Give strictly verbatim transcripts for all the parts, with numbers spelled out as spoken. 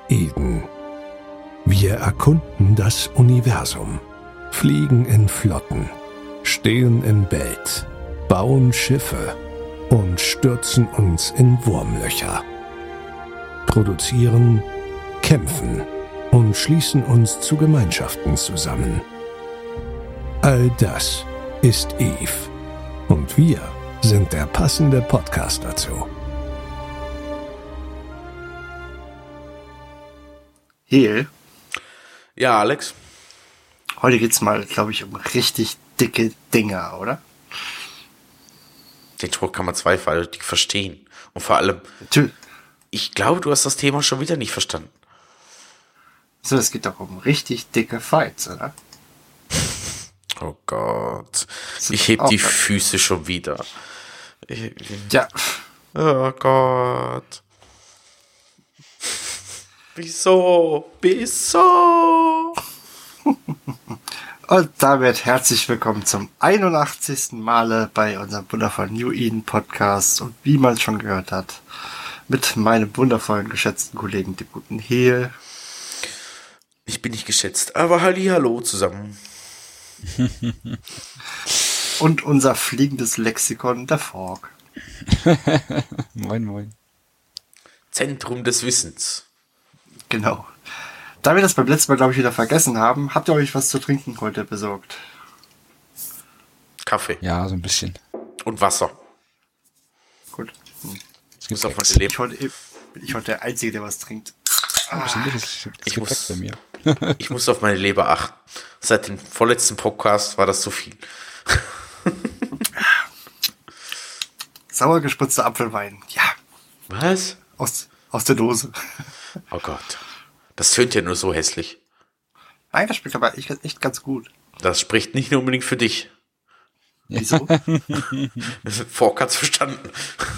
Eden. Wir erkunden das Universum, fliegen in Flotten, stehen im Bett, bauen Schiffe und stürzen uns in Wurmlöcher. Produzieren, kämpfen und schließen uns zu Gemeinschaften zusammen. All das ist Eve. Und wir sind der passende Podcast dazu. Heel. Ja, Alex. Heute geht's mal, glaube ich, um richtig dicke Dinger, oder? Den Spruch kann man zweifältig verstehen. Und vor allem, Natürlich. ich glaube, du hast das Thema schon wieder nicht verstanden. So, es geht doch um richtig dicke Fights, oder? Oh Gott. Das Ich ist heb auch die geil. Füße schon wieder. Ich, Ja, oh Gott. Wieso? Wieso? und damit herzlich willkommen zum einundachtzigsten Male bei unserem wundervollen New Eden Podcast. Und wie man schon gehört hat, mit meinem wundervollen, geschätzten Kollegen, dem guten Heel. Ich bin nicht geschätzt, aber hallihallo zusammen. Und unser fliegendes Lexikon, der Fork. Moin, moin. Zentrum des Wissens. Genau. Da wir das beim letzten Mal, glaube ich, wieder vergessen haben, habt ihr euch was zu trinken heute besorgt? Kaffee Ja, so ein bisschen. und Wasser. Gut. Hm. Es Muss gibt auf meine Ex. Leber. Ich heute, bin ich heute der Einzige, der was trinkt. Ein bisschen das ist Ich ich muss- muss bei mir. Ich muss auf meine Leber achten. Seit dem vorletzten Podcast war das zu viel. Sauer gespritzter Apfelwein. Ja, Was? aus, aus der Dose. Oh Gott. Das tönt ja nur so hässlich. Nein, das schmeckt aber echt, echt ganz gut. Das spricht nicht nur unbedingt für dich. Wieso? Fork hat's verstanden.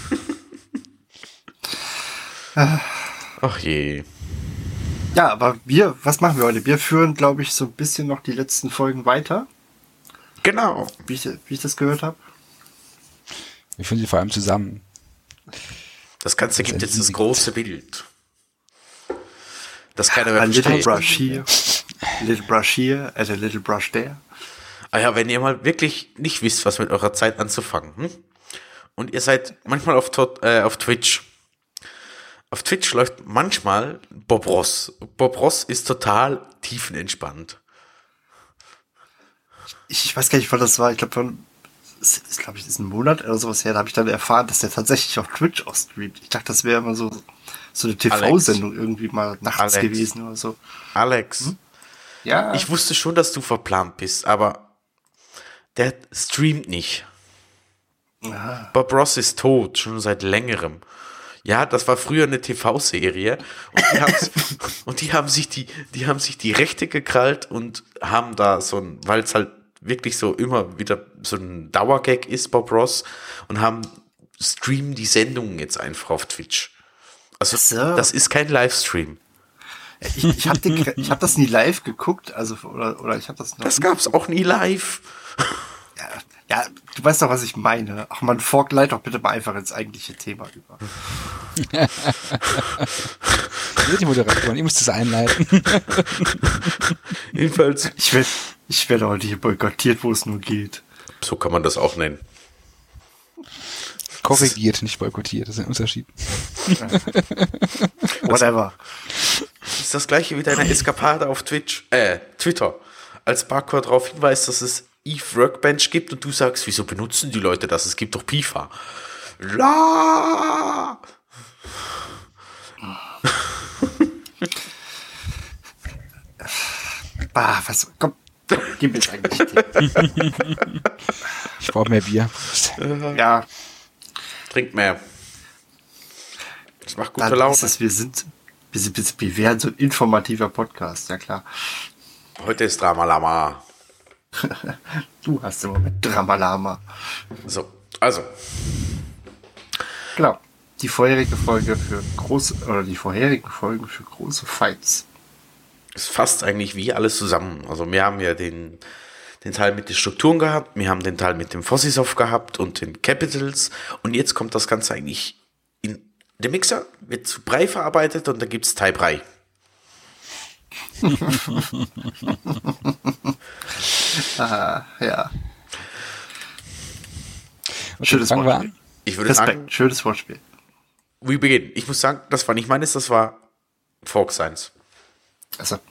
Ach je. Ja, aber wir, was machen wir heute? Wir führen, glaube ich, so ein bisschen noch die letzten Folgen weiter, Genau. wie ich, wie ich das gehört habe. Wir führen sie vor allem zusammen. Das Ganze gibt jetzt das große Bild. Das keiner A mehr little versteht. brush here, a little brush here, and a little brush there. Ah ja, wenn ihr mal wirklich nicht wisst, was mit eurer Zeit anzufangen, hm? Und ihr seid manchmal auf, Tot- äh, auf Twitch. Auf Twitch läuft manchmal Bob Ross. Bob Ross ist total tiefenentspannt. Ich, ich weiß gar nicht, wann das war. Ich glaube, von, das ist, glaube ich, das ist ein Monat oder sowas her. Da habe ich dann erfahren, dass der tatsächlich auf Twitch auch streamt. Ich dachte, das wäre immer so, so eine T V-Sendung irgendwie mal nachts Alex. gewesen oder so. Alex, Ja, ich wusste schon, dass du verplant bist, aber der streamt nicht. Bob Ross ist tot, schon seit längerem. Ja, das war früher eine T V-Serie und die, haben's- und die haben sich die, die haben sich die Rechte gekrallt und haben da so ein, weil es halt wirklich so immer wieder so ein Dauergag ist, Bob Ross, und haben streamen die Sendungen jetzt einfach auf Twitch. Also Ach so. das ist kein Livestream. ich, ich habe ich hab das nie live geguckt, also oder, oder ich habe das noch. Das gab's auch nie live. Ja, ja, du weißt doch, was ich meine. Ach man, Fork, leit doch bitte mal einfach ins eigentliche Thema über. Ihr seid die Moderatoren, ihr müsst es einleiten. Jedenfalls, Ich werde ich werde heute hier boykottiert, wo es nur geht. so kann man das auch nennen. Korrigiert, nicht boykottiert, das ist ein Unterschied. Whatever. Das ist das gleiche wie deine Eskapade auf Twitch, äh, Twitter. Als Parkour darauf hinweist, dass es Eve Workbench gibt und du sagst, wieso benutzen die Leute das? Es gibt doch Pifa. La! Ah, was, komm, gib mir jetzt eigentlich. Ich brauche mehr Bier. Ja, Trink mehr. Das macht gute dann Laune. ist es, wir sind, wir sind, wir werden so ein informativer Podcast, ja klar. Heute ist Drama Lama. Du hast im Moment Dramalama. So, also, Genau. Die vorherige Folge für große, oder die vorherigen Folgen für große Fights. es fasst eigentlich wie alles zusammen. Also wir haben ja den, den Teil mit den Strukturen gehabt, wir haben den Teil mit dem Fossisoft gehabt und den Capitals und jetzt kommt das Ganze eigentlich in der Mixer, wird zu Brei verarbeitet und dann gibt es Thai Brei. ah, ja. Okay, Schönes fangen wir Wortspiel. an. Ich würde Respekt, sagen, schönes Wortspiel. we begin. Ich muss sagen, das war nicht meines, das war Fork Science. Also.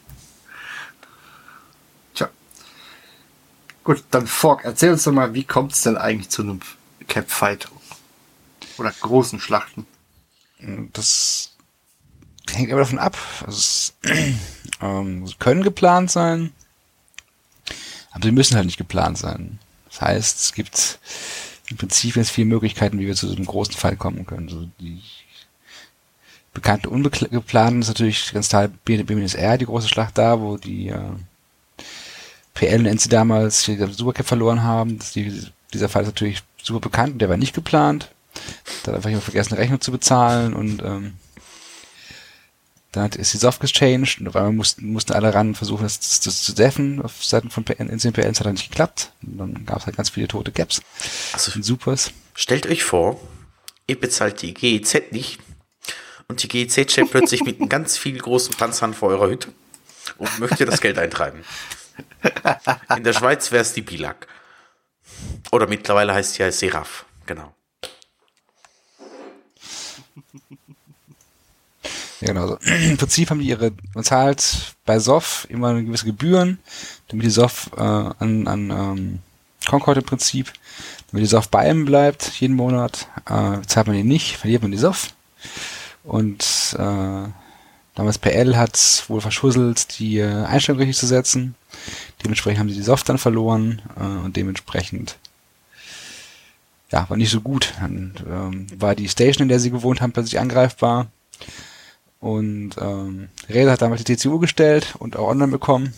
Tja. Gut, dann Fork, erzähl uns doch mal, wie kommt es denn eigentlich zu einem Cap-Fight? Oder großen Schlachten? Das hängt immer davon ab. Also es ähm, sie können geplant sein, aber sie müssen halt nicht geplant sein. Das heißt, es gibt im Prinzip jetzt viele Möglichkeiten, wie wir zu so einem großen Fall kommen können. So die bekannte ungeplanten ist natürlich ganz klar B M S R, die große Schlacht da, wo die äh, P L und N C damals die Supercap verloren haben. Das die, dieser Fall ist natürlich super bekannt und der war nicht geplant. Da hat einfach jemand vergessen, eine Rechnung zu bezahlen und ähm, dann hat, ist die Soft gechanged und auf einmal mussten, mussten alle ran versuchen, das, das, das zu deffen. Auf Seiten von N C P Ls hat das nicht geklappt. Und dann gab es halt ganz viele tote Gaps Also, und Supers. stellt euch vor, ihr bezahlt die G E Z nicht und die G E Z steht plötzlich mit einem ganz viel großen Panzern vor eurer Hütte und möchte das Geld eintreiben. In der Schweiz wäre es die Bilag. Oder mittlerweile heißt sie ja Seraph, genau. Ja, genau. Also, im Prinzip haben die ihre, man zahlt bei S O F immer eine gewisse Gebühren, damit die S O F äh, an, an ähm, Concord im Prinzip, damit die S O F bei einem bleibt, jeden Monat, äh, zahlt man ihn nicht, verliert man die S O F. Und äh, damals P L hat wohl verschusselt, die äh, Einstellung richtig zu setzen. Dementsprechend haben sie die S O F dann verloren äh, und dementsprechend ja, war nicht so gut. Dann ähm, war die Station, in der sie gewohnt haben, plötzlich angreifbar. Und ähm, Razer hat damals die T C U gestellt und auch online bekommen.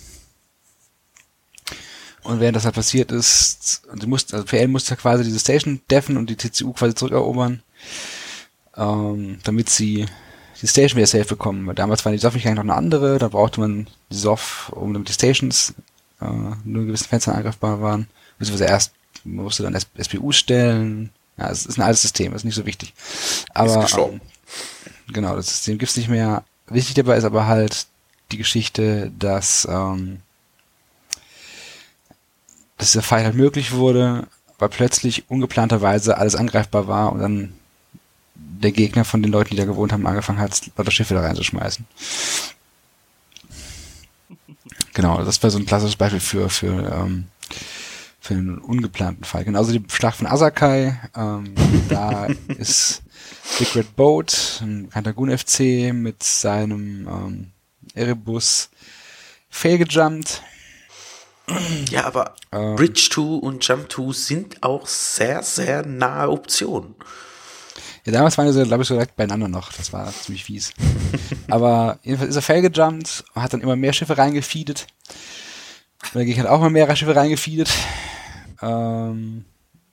Und während das halt passiert ist, und sie mussten, also P L musste quasi diese Station deffen und die T C U quasi zurückerobern, ähm, damit sie die Station wieder safe bekommen. Weil damals war die S O F nicht eigentlich noch eine andere, da brauchte man die S O F, um damit die Stations äh, nur in gewissen Fenstern angreifbar waren. Beziehungsweise erst man musste dann S P Us stellen. Ja, es ist ein altes System, ist nicht so wichtig. Aber ähm, genau, das System gibt's nicht mehr. Wichtig dabei ist aber halt die Geschichte, dass, ähm, dass dieser Fight halt möglich wurde, weil plötzlich ungeplanterweise alles angreifbar war und dann der Gegner von den Leuten, die da gewohnt haben, angefangen hat, lauter Schiffe da reinzuschmeißen. Genau, das war so ein klassisches Beispiel für, für, ähm, für einen ungeplanten Fall. Genauso die Schlacht von Asakai, ähm, da ist Big Red Boat, ein Kantagun F C mit seinem ähm, Erebus failgejumpt. Ja, aber Ähm, Bridge zwei und Jump zwei sind auch sehr, sehr nahe Optionen. Ja, damals waren sie, glaube ich, so direkt beieinander noch. Das war ziemlich fies. Aber jedenfalls ist er failgejumpt, hat dann immer mehr Schiffe reingefeedet. Und der Gegner hat auch immer mehr Schiffe reingefeedet. Ähm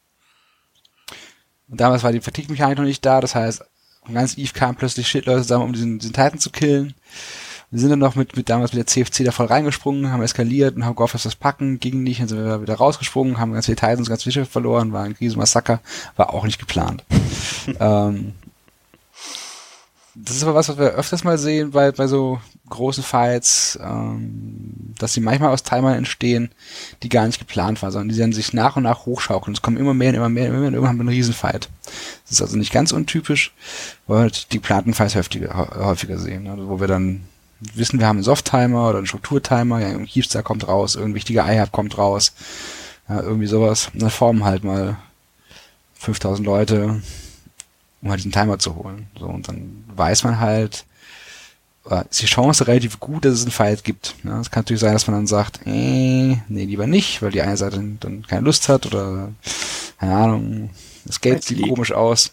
und damals war die Fatigue-Mechanik noch nicht da, das heißt, von ganz Eve kamen plötzlich Shitleute zusammen, um diesen, diesen Titan zu killen. Wir sind dann noch mit, mit damals mit der C F C da voll reingesprungen, haben eskaliert und haben gehofft, dass wir das packen, ging nicht, dann sind wir wieder rausgesprungen, haben ganz viele Titans, ganz viele Schiffe verloren, war ein riesen Massaker, war auch nicht geplant. ähm, das ist aber was, was wir öfters mal sehen bei, bei so großen Fights, ähm, dass sie manchmal aus Timern entstehen, die gar nicht geplant waren, sondern die dann sich nach und nach hochschaukeln. Es kommen immer mehr und immer mehr, immer mehr und irgendwann haben wir einen Riesenfight. Das ist also nicht ganz untypisch, weil wir halt die geplanten Fights häufiger, häufiger sehen, ne? Wo wir dann wissen, wir haben einen Soft-Timer oder einen Struktur-Timer, ja, ein Keepstar kommt raus, irgendein wichtiger I-Hub kommt raus, ja, irgendwie sowas. Und dann formen halt mal fünftausend Leute, um halt diesen Timer zu holen. So, und dann weiß man halt, äh, ist die Chance relativ gut, dass es einen Fight gibt. Ja, es kann natürlich sein, dass man dann sagt, äh, nee, lieber nicht, weil die eine Seite dann keine Lust hat oder, keine Ahnung, das Geld sieht komisch aus.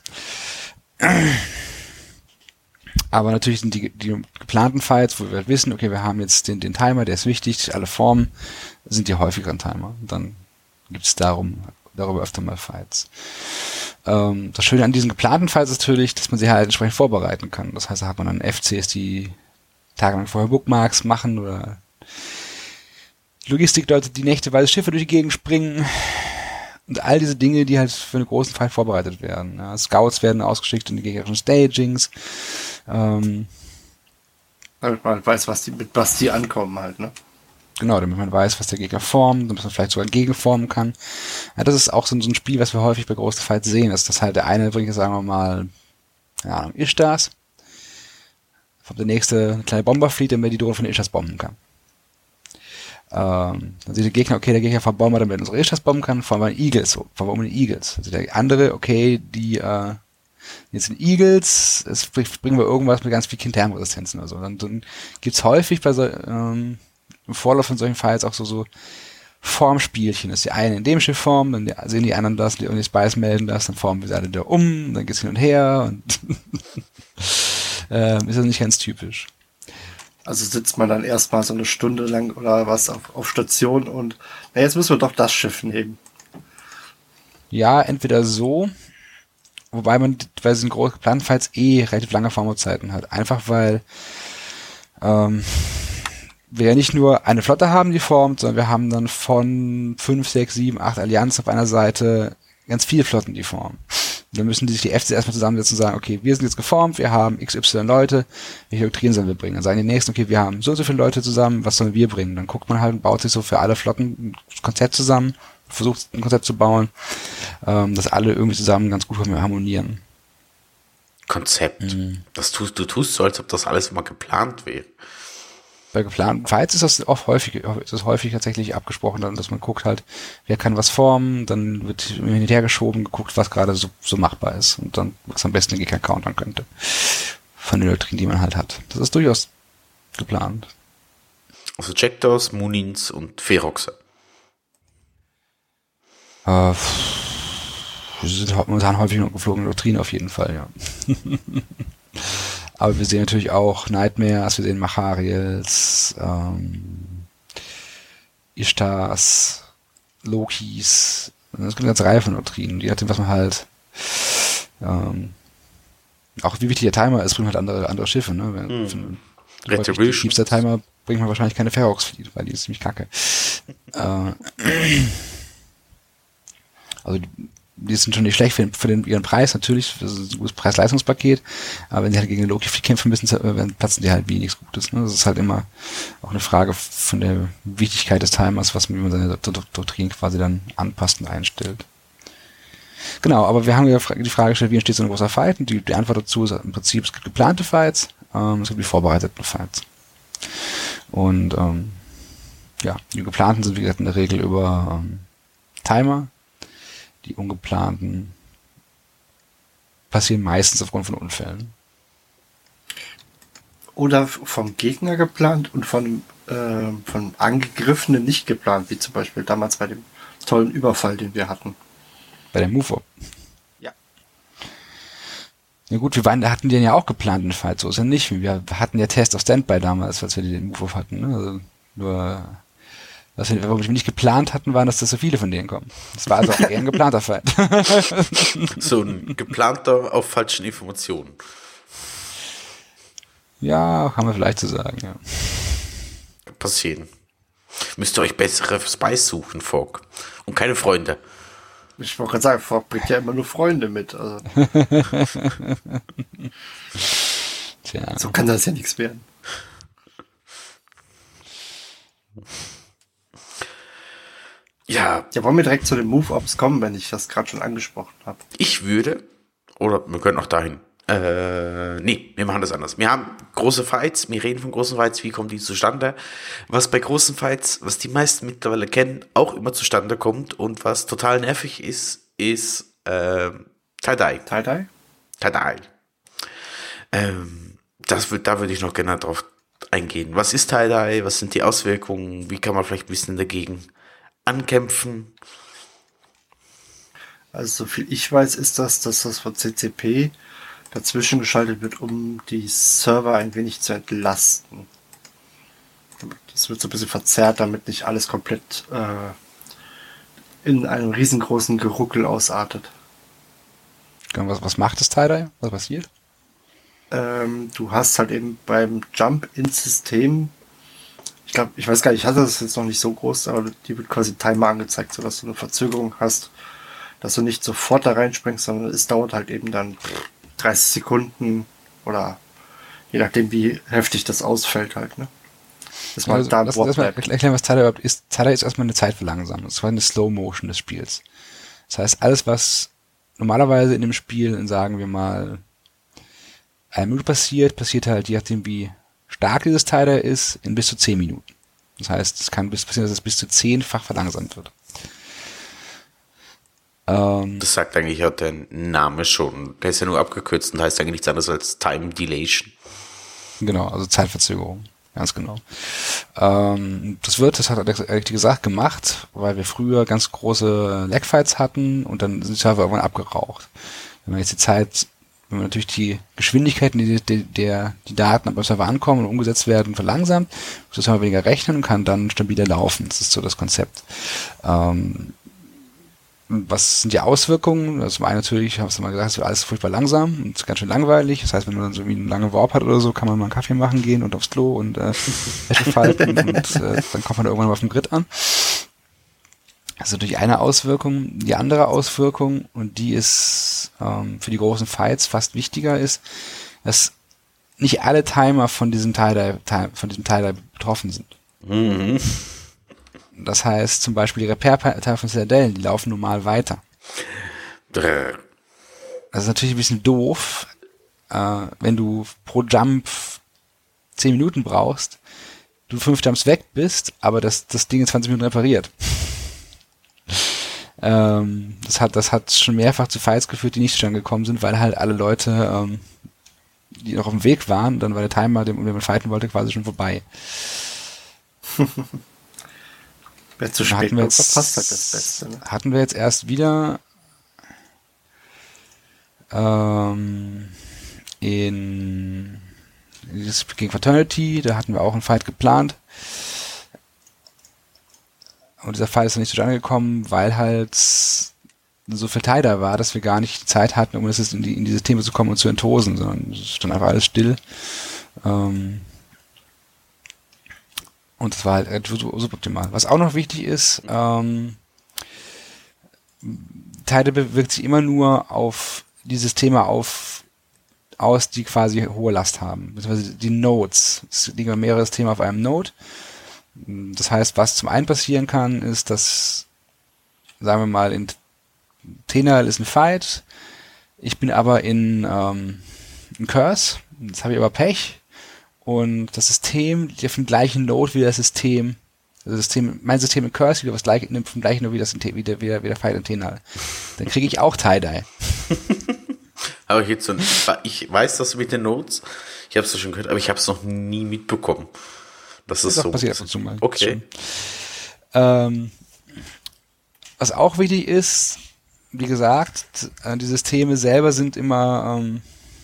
Aber natürlich sind die, die geplanten Fights, wo wir halt wissen, okay, wir haben jetzt den, den Timer, der ist wichtig, alle Formen sind die häufigeren Timer. Und dann gibt es darum, darüber öfter mal Fights. Ähm, das Schöne an diesen geplanten Fights ist natürlich, dass man sie halt entsprechend vorbereiten kann. Das heißt, da hat man dann F Cs, die tagelang vorher Bookmarks machen oder Logistikleute, die nächteweise Schiffe durch die Gegend springen. Und all diese Dinge, die halt für einen großen Fight vorbereitet werden. Ja, Scouts werden ausgeschickt in die gegnerischen Stagings. Ähm, Damit man weiß, was die, mit was die ankommen halt, ne? Genau, damit man weiß, was der Gegner formt, damit man vielleicht sogar gegenformen kann. Ja, das ist auch so, so ein Spiel, was wir häufig bei großen Fights sehen, ist, dass halt der eine bringt, sagen wir mal, keine Ahnung, Ishtas, kommt der nächste eine kleine Bomberfleet, damit er die Drohne von den Ishtas bomben kann. Ähm, dann sieht der Gegner, okay, der Gegner von Bomber, damit er unsere Ishtas bomben kann, fahren wir Eagles, so, fahren wir um den Eagles. Also der andere, okay, die, äh, jetzt sind Eagles, es bringen wir irgendwas mit ganz viel Kindherrenresistenzen oder so. Dann, dann gibt's häufig bei so, ähm, im Vorlauf von solchen Files auch so, so Formspielchen, dass die einen in dem Schiff formen, dann die, sehen die anderen das und die Spies melden das, dann formen wir sie alle wieder um, dann geht's hin und her und ähm, ist das nicht ganz typisch. Also sitzt man dann erstmal so eine Stunde lang oder was auf, auf Station und na, jetzt müssen wir doch das Schiff nehmen. Ja, entweder so, wobei man bei diesen großen Planfights eh relativ lange Formzeiten hat. Einfach weil ähm, wir ja nicht nur eine Flotte haben, die formt, sondern wir haben dann von fünf, sechs, sieben, acht Allianzen auf einer Seite ganz viele Flotten, die formen. Und dann müssen die sich die F C erstmal zusammensetzen und sagen, okay, wir sind jetzt geformt, wir haben x y Leute, welche Doktrinen sollen wir bringen? Dann sagen die nächsten, okay, wir haben so und so viele Leute zusammen, was sollen wir bringen? Dann guckt man halt und baut sich so für alle Flotten ein Konzept zusammen, versucht ein Konzept zu bauen, ähm, dass alle irgendwie zusammen ganz gut harmonieren. Konzept. Mhm. Das tust, du tust so, als ob das alles mal geplant wäre. Bei geplanten Fights ist das oft häufig, ist das häufig tatsächlich abgesprochen, dann, dass man guckt halt, wer kann was formen, dann wird hin und her geschoben, geguckt, was gerade so, so machbar ist und dann, was am besten den Gegner countern könnte. Von den Doktrinen, die man halt hat. Das ist durchaus geplant. Also Jackdaws, Moonins und Feroxe. Äh, wir sind momentan häufig noch geflogene Doktrinen auf jeden Fall, ja. Aber wir sehen natürlich auch Nightmares, wir sehen Machariels, ähm, Ishtars, Lokis. Es gibt eine ganze Reihe von Doktrinen, die hat, was man halt ähm, auch wie wichtig der Timer ist, bringt halt andere, andere Schiffe. Ne? Mhm. Retribution. Der Timer bringt man wahrscheinlich keine Ferox Fleet, weil die ist ziemlich kacke. äh, also die, die sind schon nicht schlecht für, den, für den, ihren Preis, natürlich, das ist ein gutes Preis-Leistungspaket, aber wenn sie halt gegen den Loki kämpfen müssen, dann platzen die halt wie nichts Gutes. Ne? Das ist halt immer auch eine Frage von der Wichtigkeit des Timers, was man, wie man seine Doktrin quasi dann anpasst und einstellt. Genau, aber wir haben ja die Frage gestellt, wie entsteht so ein großer Fight? Und die, die Antwort dazu ist im Prinzip, es gibt geplante Fights, ähm, es gibt die vorbereiteten Fights. Und ähm, ja, die geplanten sind, wie gesagt, in der Regel über ähm, Timer. Die ungeplanten passieren meistens aufgrund von Unfällen. Oder vom Gegner geplant und von, äh, von Angegriffenen nicht geplant, wie zum Beispiel damals bei dem tollen Überfall, den wir hatten. Bei dem Mufo. Ja. Ja gut, wir waren, hatten den ja auch geplant, den Fall, so ist er nicht. Wir hatten ja Test auf Standby damals, als wir den Mufo hatten. Ne? Also nur... Was wir, warum wir nicht geplant hatten, waren, dass da so viele von denen kommen. Das war also auch eher ein geplanter Fight. So ein geplanter auf falschen Informationen. Ja, kann man vielleicht so sagen, ja. Passieren. Müsst ihr euch bessere Spies suchen, Fogg. Und keine Freunde. Ich wollte gerade sagen, Fogg bringt ja immer nur Freunde mit. Also. Tja. So kann das ja nichts werden. Ja. Ja, wollen wir direkt zu den Move-Ups kommen, wenn ich das gerade schon angesprochen habe? Ich würde, oder wir können auch dahin. Äh, nee, wir machen das anders. Wir haben große Fights, wir reden von großen Fights, wie kommen die zustande? Was bei großen Fights, was die meisten mittlerweile kennen, auch immer zustande kommt und was total nervig ist, ist äh, Tie-Dye. Tie-Dye? Tie-Dye. Ähm, das wird, da würde ich noch gerne drauf eingehen. Was ist Tie-Dye? Was sind die Auswirkungen? Wie kann man vielleicht ein bisschen dagegen ankämpfen? Also, so viel ich weiß, ist das, dass das von C C P dazwischen geschaltet wird, um die Server ein wenig zu entlasten. Das wird so ein bisschen verzerrt, damit nicht alles komplett äh, in einem riesengroßen Geruckel ausartet. Was, was macht das Tie-Dye? Was passiert? Ähm, du hast halt eben beim Jump ins System, ich glaube, ich weiß gar nicht, ich hatte das jetzt noch nicht so groß, aber die wird quasi Timer angezeigt, sodass du eine Verzögerung hast, dass du nicht sofort da reinspringst, sondern es dauert halt eben dann dreißig Sekunden oder Je nachdem, wie heftig das ausfällt halt, ne? Dass man Also, da lass, Wort lass mal bleibt. erklären, was Tidal überhaupt ist. Tidal ist erstmal eine Zeitverlangsamung. Das war eine Slow Motion des Spiels. Das heißt, alles, was normalerweise in dem Spiel, in, sagen wir mal, eine Minute passiert, passiert halt, je nachdem, wie stark dieses Tidal ist, in bis zu zehn Minuten. Das heißt, es kann bis passieren, dass es bis zu zehnfach verlangsamt wird. Ähm, Das sagt eigentlich auch der Name schon. Der ist ja nur abgekürzt und heißt eigentlich nichts anderes als Time Dilation. Genau, also Zeitverzögerung. Ganz genau. Ähm, das wird, das hat Alex ehrlich gesagt gemacht, weil wir früher ganz große Lagfights hatten und dann sind die Server irgendwann abgeraucht. Wenn man jetzt die Zeit, wenn man natürlich die Geschwindigkeiten, die, die, der, die Daten beim Server ankommen und umgesetzt werden, verlangsamt, muss das Server weniger rechnen und kann dann stabiler laufen. Das ist so das Konzept. Ähm, Was sind die Auswirkungen? Also zum einen natürlich, ich habe es mal gesagt, es wird alles furchtbar langsam und ganz schön langweilig. Das heißt, wenn man dann so wie einen langen Warp hat oder so, kann man mal einen Kaffee machen gehen und aufs Klo und äh, Wäsche falten und äh, dann kommt man irgendwann mal auf dem Grid an. Das ist natürlich eine Auswirkung. Die andere Auswirkung, und die ist ähm, für die großen Fights fast wichtiger, ist, dass nicht alle Timer von diesem Teil von diesem Teil betroffen sind. Mhm. Das heißt zum Beispiel die Repair-Teile von Citadel, die laufen normal weiter. Drrr. Das ist natürlich ein bisschen doof, äh, wenn du pro Jump zehn Minuten brauchst, du fünf Jumps weg bist, aber das, das Ding in zwanzig Minuten repariert. ähm, das hat, das hat schon mehrfach zu Fights geführt, die nicht zustande gekommen sind, weil halt alle Leute, ähm, die noch auf dem Weg waren, dann war der Timer, den man fighten wollte, quasi schon vorbei. Wer zu spät hatten wir kommt, jetzt, verpasst halt das Beste. Ne? Hatten wir jetzt erst wieder ähm, in, in das gegen Fraternity, da hatten wir auch einen Fight geplant. Und dieser Fight ist dann nicht zustande gekommen, weil halt so viel Teil da war, dass wir gar nicht die Zeit hatten, um das in, die, in dieses Thema zu kommen und zu enthosen, sondern es stand einfach alles still. Ähm, Und das war halt suboptimal. Was auch noch wichtig ist, ähm, Tidal bewirkt sich immer nur auf die Systeme auf, aus, die quasi hohe Last haben. Beziehungsweise die Nodes. Es liegen ja mehrere Systeme auf einem Node. Das heißt, was zum einen passieren kann, ist, dass, sagen wir mal, in Tenal ist ein Fight, ich bin aber in, ähm, in Curse, jetzt habe ich aber Pech. Und das System, die auf dem gleichen Node wie das System, also das System, mein System in Curse wieder was gleich, nimmt vom gleichen Node wie das in wie der, wie der, wie der Fight in Tenal. Dann kriege ich auch Tie-Dye. Aber ich jetzt so, ich weiß das mit den Notes, ich habe es schon gehört, aber ich habe es noch nie mitbekommen. Das ist das so. Passiert ab und zu mal. Okay. Ähm, was auch wichtig ist, wie gesagt, die Systeme selber sind immer, ähm,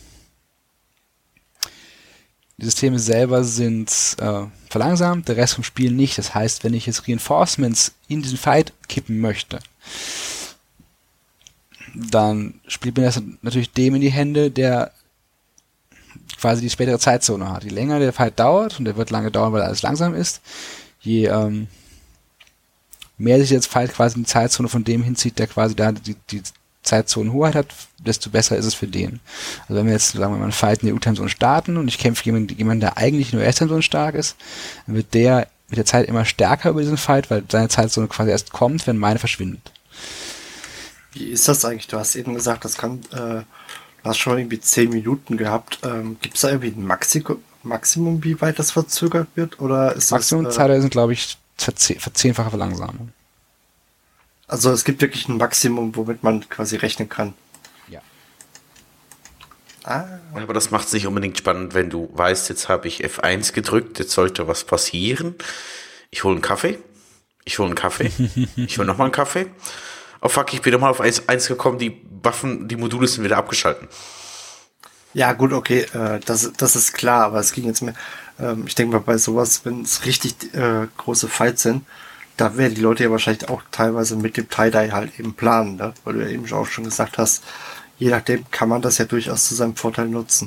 Die Systeme selber sind äh, verlangsamt, der Rest vom Spiel nicht. Das heißt, wenn ich jetzt Reinforcements in diesen Fight kippen möchte, dann spielt mir das natürlich dem in die Hände, der quasi die spätere Zeitzone hat. Je länger der Fight dauert, und der wird lange dauern, weil alles langsam ist, je ähm, mehr sich jetzt Fight quasi in die Zeitzone von dem hinzieht, der quasi da die, die Zeitzonenhoheit hat, desto besser ist es für den. Also wenn wir jetzt, sagen wir mal, einen Fight in der U-Timezone starten und ich kämpfe gegen jemanden, der eigentlich in der U S-Timezone stark ist, dann wird der mit der Zeit immer stärker über diesen Fight, weil seine Zeitzone quasi erst kommt, wenn meine verschwindet. Wie ist das eigentlich? Du hast eben gesagt, das kann, äh, du hast schon irgendwie zehn Minuten gehabt. Ähm, Gibt es da irgendwie ein Maxiko- Maximum, wie weit das verzögert wird? Oder ist Maximumzeit das, sind, glaube ich, verzehnfache Verlangsamung. Also es gibt wirklich ein Maximum, womit man quasi rechnen kann. Ja. Ah. Aber das macht es nicht unbedingt spannend, wenn du weißt, jetzt habe ich F eins gedrückt, jetzt sollte was passieren. Ich hole einen Kaffee. Ich hole einen Kaffee. Ich hole nochmal einen Kaffee. Oh fuck, ich bin nochmal auf eins gekommen, die Waffen, die Module sind wieder abgeschalten. Ja gut, okay, äh, das, das ist klar, aber es ging jetzt mehr, ähm, ich denke mal bei sowas, wenn es richtig äh, große Fights sind, da werden die Leute ja wahrscheinlich auch teilweise mit dem Tie-Dye halt eben planen, ne? Weil du ja eben auch schon gesagt hast, je nachdem kann man das ja durchaus zu seinem Vorteil nutzen.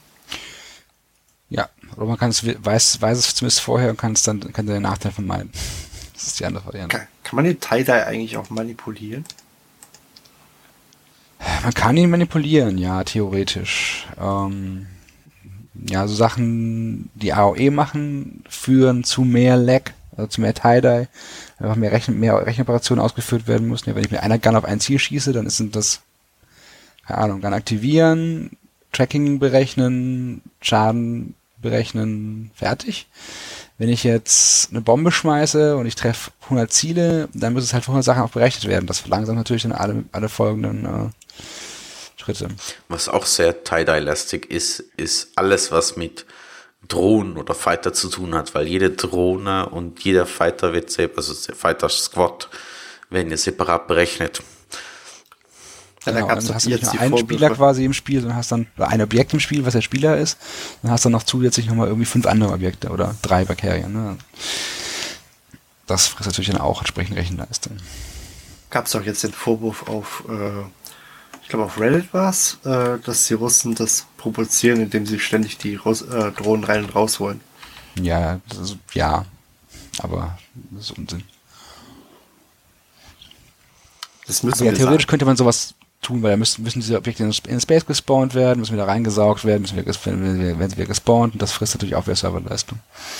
Ja, oder man kann es weiß, weiß es zumindest vorher und kann es dann kann den Nachteil vermeiden. Das ist die andere Variante. Kann, kann man den Tie-Dye eigentlich auch manipulieren? Man kann ihn manipulieren, ja, theoretisch. Ähm, ja, so Sachen, die A O E machen, führen zu mehr Lag, also zu mehr Tie-Dye, einfach mehr, Rechen, mehr Rechenoperationen ausgeführt werden müssen. Ja, wenn ich mit einer Gun auf ein Ziel schieße, dann sind das, keine Ahnung, Gun aktivieren, Tracking berechnen, Schaden berechnen, fertig. Wenn ich jetzt eine Bombe schmeiße und ich treffe hundert Ziele, dann müssen es halt für hundert Sachen auch berechnet werden. Das verlangsamt natürlich dann alle, alle folgenden äh, Schritte. Was auch sehr Tie-Dye-lastig ist, ist alles, was mit Drohnen oder Fighter zu tun hat, weil jede Drohne und jeder Fighter wird, also der Fighter-Squad, werden ja separat berechnet. Ja, genau, da gab's dann hast du jetzt nicht die nur einen Vorwürfe. Spieler quasi im Spiel, sondern hast dann ein Objekt im Spiel, was der Spieler ist. Dann hast du noch zusätzlich nochmal irgendwie fünf andere Objekte oder drei Vacarien. Ne? Das frisst natürlich dann auch entsprechend Rechenleistung. Gab es auch jetzt den Vorwurf auf, äh, ich glaube auf Reddit war es, äh, dass die Russen das provozieren, indem sie ständig die Russ äh, Drohnen rein und raus wollen. Ja, das ist, ja, aber das ist Unsinn. Das müssen Aber ja, wir theoretisch sagen. könnte man sowas tun, weil da müssen, müssen diese Objekte in, in Space gespawnt werden, müssen wieder reingesaugt werden, müssen wir, ges- werden wir- werden sie wieder gespawnt und das frisst natürlich auch wieder Serverleistung.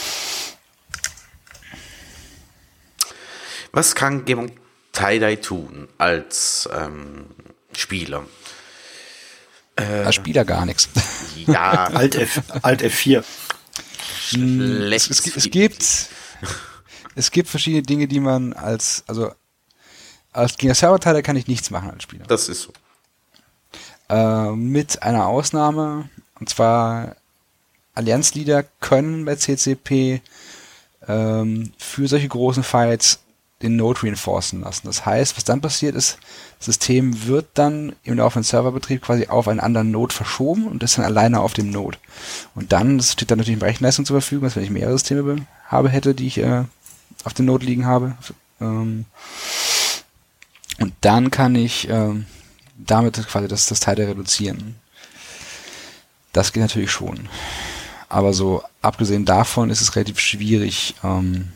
Was kann jemand Tie-Dye tun als ähm, Spieler? Als Spieler gar nichts. Ja, Alt, F, Alt F vier. schlecht. Es, es, es gibt es gibt verschiedene Dinge, die man als, also als gegen das Server-Teil kann ich nichts machen als Spieler. Das ist so. Äh, mit einer Ausnahme, und zwar Allianzleader können bei C C P ähm, für solche großen Fights den Node reinforcen lassen. Das heißt, was dann passiert ist, das System wird dann im laufenden Serverbetrieb quasi auf einen anderen Node verschoben und ist dann alleine auf dem Node. Und dann, das steht dann natürlich eine Rechenleistung zur Verfügung, als wenn ich mehrere Systeme be- habe hätte, die ich äh, auf dem Node liegen habe. Ähm, und dann kann ich ähm, damit quasi das, das Teil reduzieren. Das geht natürlich schon. Aber so abgesehen davon ist es relativ schwierig, ähm,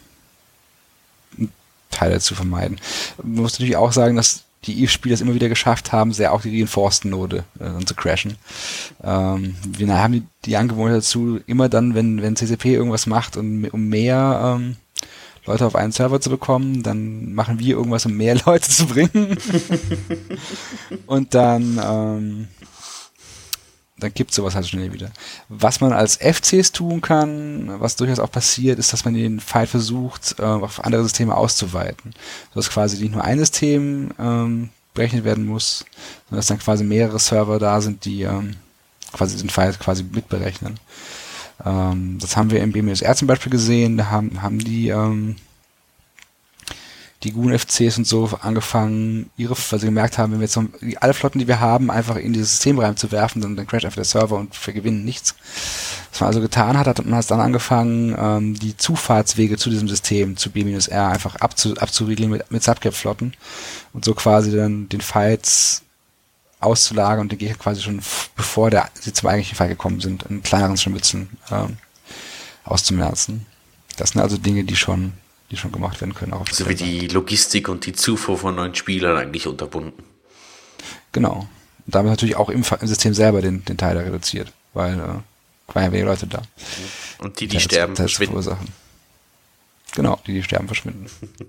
Teile zu vermeiden. Man muss natürlich auch sagen, dass die Eve-Spieler es immer wieder geschafft haben, sehr auch die Reinforced-Node äh, zu crashen. Ähm, wir haben die, die Angewohnheit dazu, immer dann, wenn, wenn C C P irgendwas macht, und um mehr ähm, Leute auf einen Server zu bekommen, dann machen wir irgendwas, um mehr Leute zu bringen. Und dann ähm, dann gibt es sowas halt schnell wieder. Was man als F Cs tun kann, was durchaus auch passiert, ist, dass man den Fight versucht, äh, auf andere Systeme auszuweiten. Sodass quasi nicht nur ein System ähm, berechnet werden muss, sondern dass dann quasi mehrere Server da sind, die ähm, quasi den Fight quasi mitberechnen. Ähm, das haben wir im B M S R zum Beispiel gesehen, da haben, haben die ähm, die G U N-F Cs und so angefangen, ihre, weil sie gemerkt haben, wenn wir jetzt noch alle Flotten, die wir haben, einfach in dieses System reinzuwerfen, dann, dann crasht einfach der Server und wir gewinnen nichts. Was man also getan hat, hat man hat dann angefangen, ähm, die Zufahrtswege zu diesem System, zu B M S R, einfach abzu, abzuriegeln mit, mit Subcap-Flotten und so quasi dann den Fights auszulagern und den Gegner quasi schon, f- bevor der, sie zum eigentlichen Fight gekommen sind, in kleineren Scharmützeln ähm, auszumerzen. Das sind also Dinge, die schon die schon gemacht werden können. Auch auf So wie die Logistik und die Zufuhr von neuen Spielern eigentlich unterbunden. Genau. Und damit natürlich auch im, im System selber den, den Teil reduziert, weil äh, waren ja weniger Leute da. Und die, die Ja, sterben, das- das verschwinden. verursachen. Genau, die, die sterben, verschwinden.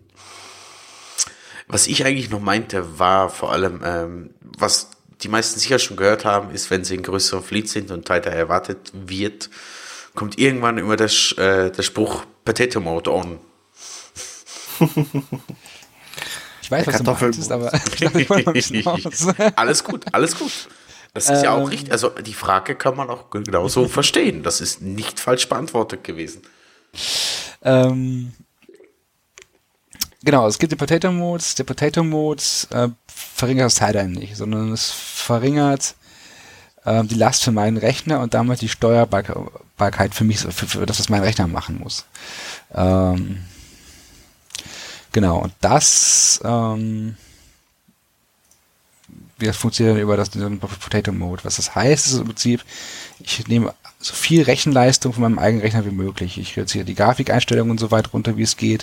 Was ich eigentlich noch meinte, war vor allem, ähm, was die meisten sicher schon gehört haben, ist, wenn sie in größeren Fleet sind und Titan erwartet wird, kommt irgendwann immer der, Sch- äh, der Spruch Potato Mode on. Ich weiß, Der was du Kartoffel- meintest, aber ich dachte, ich wollte noch ein bisschen raus. Alles gut, alles gut. Das ist ja auch Ähm. richtig. Also die Frage kann man auch genauso verstehen. Das ist nicht falsch beantwortet gewesen. Ähm, genau, es gibt den Potato Mode. Der Potato Mode äh, verringert das Tie-Dye nicht, sondern es verringert äh, die Last für meinen Rechner und damit die Steuerbarkeit für mich, für, für das, was mein Rechner machen muss. Ähm, genau, und das, ähm, wie das funktioniert dann über das den Potato Mode. Was das heißt, ist im Prinzip, ich nehme so viel Rechenleistung von meinem eigenen Rechner wie möglich. Ich reduziere die Grafikeinstellungen so weit runter, wie es geht.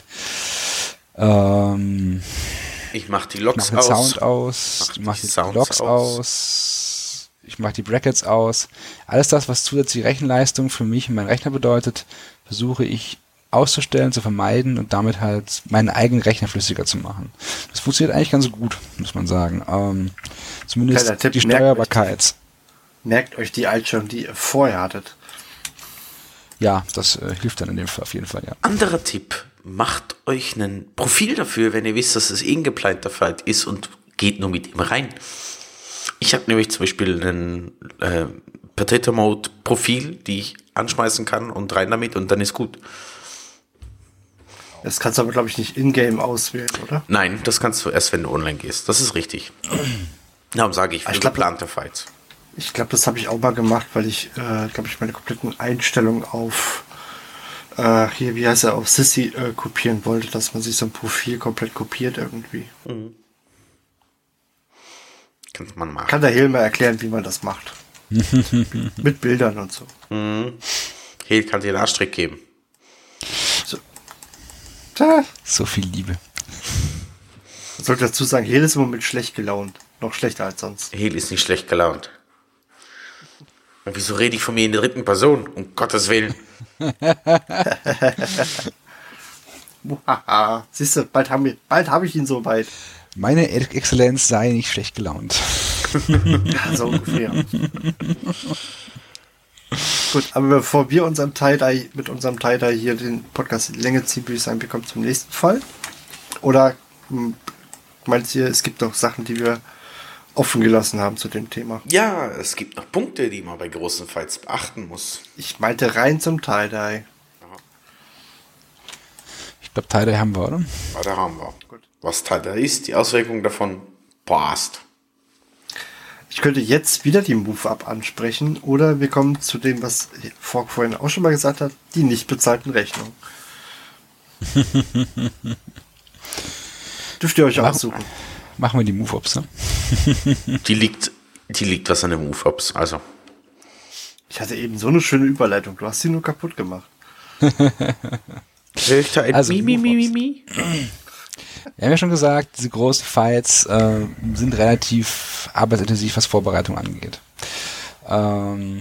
Ähm, Ich mache die ich Logs mache den aus. Sound aus, Mach ich die mache die Sounds Logs aus. aus. ich mache die Brackets aus. Alles das, was zusätzliche Rechenleistung für mich und meinen Rechner bedeutet, versuche ich auszustellen, zu vermeiden und damit halt meinen eigenen Rechner flüssiger zu machen. Das funktioniert eigentlich ganz gut, muss man sagen. Ähm, zumindest Tipp, die Steuerbarkeit. Merkt euch die Einstellung, die ihr vorher hattet. Ja, das äh, hilft dann in dem Fall auf jeden Fall, ja. Anderer Tipp, macht euch ein Profil dafür, wenn ihr wisst, dass es eh ein geplanter Fight ist und geht nur mit ihm rein. Ich habe nämlich zum Beispiel ein äh, Potato Mode Profil, die ich anschmeißen kann und rein damit und dann ist gut. Das kannst du aber, glaube ich, nicht in-game auswählen, oder? Nein, das kannst du erst, wenn du online gehst. Das ist richtig. Darum sage ich, für ich glaub, geplante Fights. Ich glaube, das habe ich auch mal gemacht, weil ich, äh, glaube ich, meine kompletten Einstellungen auf, äh, hier, wie heißt er, auf Sissy äh, kopieren wollte, dass man sich so ein Profil komplett kopiert irgendwie. Mhm. Kann man machen. Kann der Hilmer erklären, wie man das macht. Mit Bildern und so. Mhm. Hel kann dir einen Arschtrick geben. So. Tja. So viel Liebe. Man sollte dazu sagen, Hel ist im Moment schlecht gelaunt. Noch schlechter als sonst. Hel ist nicht schlecht gelaunt. Und wieso rede ich von mir in der dritten Person? Um Gottes Willen. Siehst du, bald, haben wir, bald habe ich ihn so weit. Meine Exzellenz sei nicht schlecht gelaunt. Ja, so ungefähr. Gut, aber bevor wir unserem Tie-Dye, mit unserem Tie-Dye hier den Podcast in die Länge ziehen, würde ich sagen, wir kommen zum nächsten Fall. Oder hm, meint ihr, es gibt noch Sachen, die wir offen gelassen haben zu dem Thema? Ja, es gibt noch Punkte, die man bei großen Fights beachten muss. Ich meinte rein zum Tie-Dye. Ich glaube, Tie-Dye haben wir, oder? Ja, da haben wir. Gut. Was Tie-Dye ist, die Auswirkungen davon, passt. Ich könnte jetzt wieder die Move-Up ansprechen oder wir kommen zu dem, was Fork vorhin auch schon mal gesagt hat, die nicht bezahlten Rechnungen. Dürft ihr euch Mach, aussuchen. Machen wir die Move-Ups, ne? Die liegt, die liegt was an den Move-Ups, also. Ich hatte eben so eine schöne Überleitung, du hast sie nur kaputt gemacht. Also, mi, mi, mi, mi, mi. Wir haben ja schon gesagt, diese großen Fights äh, sind relativ arbeitsintensiv, was Vorbereitung angeht. Ähm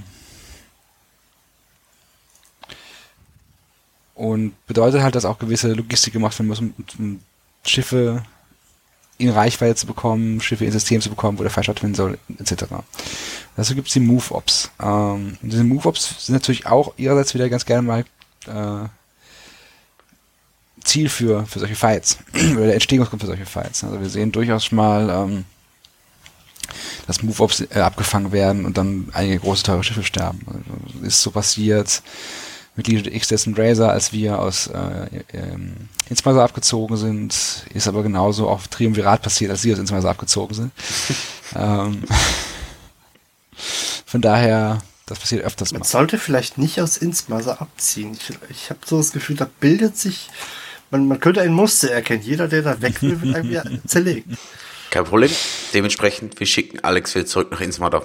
und bedeutet halt, dass auch gewisse Logistik gemacht werden muss, um, um Schiffe in Reichweite zu bekommen, Schiffe ins System zu bekommen, wo der Fight stattfinden soll, et cetera. Dazu gibt es die Move-Ops. Ähm, und diese Move-Ops sind natürlich auch ihrerseits wieder ganz gerne mal äh, Ziel für, für solche Fights oder der Entstehungsgrund für solche Fights. Also wir sehen durchaus mal, ähm, dass Move-Ops äh, abgefangen werden und dann einige große, teure Schiffe sterben. Also, ist so passiert mit Legion X Death and Razor, als wir aus äh, ähm, Insmaser abgezogen sind, ist aber genauso auf Triumvirat passiert, als sie aus Insmaser abgezogen sind. ähm, von daher, das passiert öfters mal. Man sollte vielleicht nicht aus Insmaser abziehen. Ich, ich habe so das Gefühl, da bildet sich, man, man könnte ein Muster erkennen. Jeder, der da weg will, wird irgendwie zerlegt. Kein Problem. Dementsprechend, wir schicken Alex wieder zurück nach Insmada.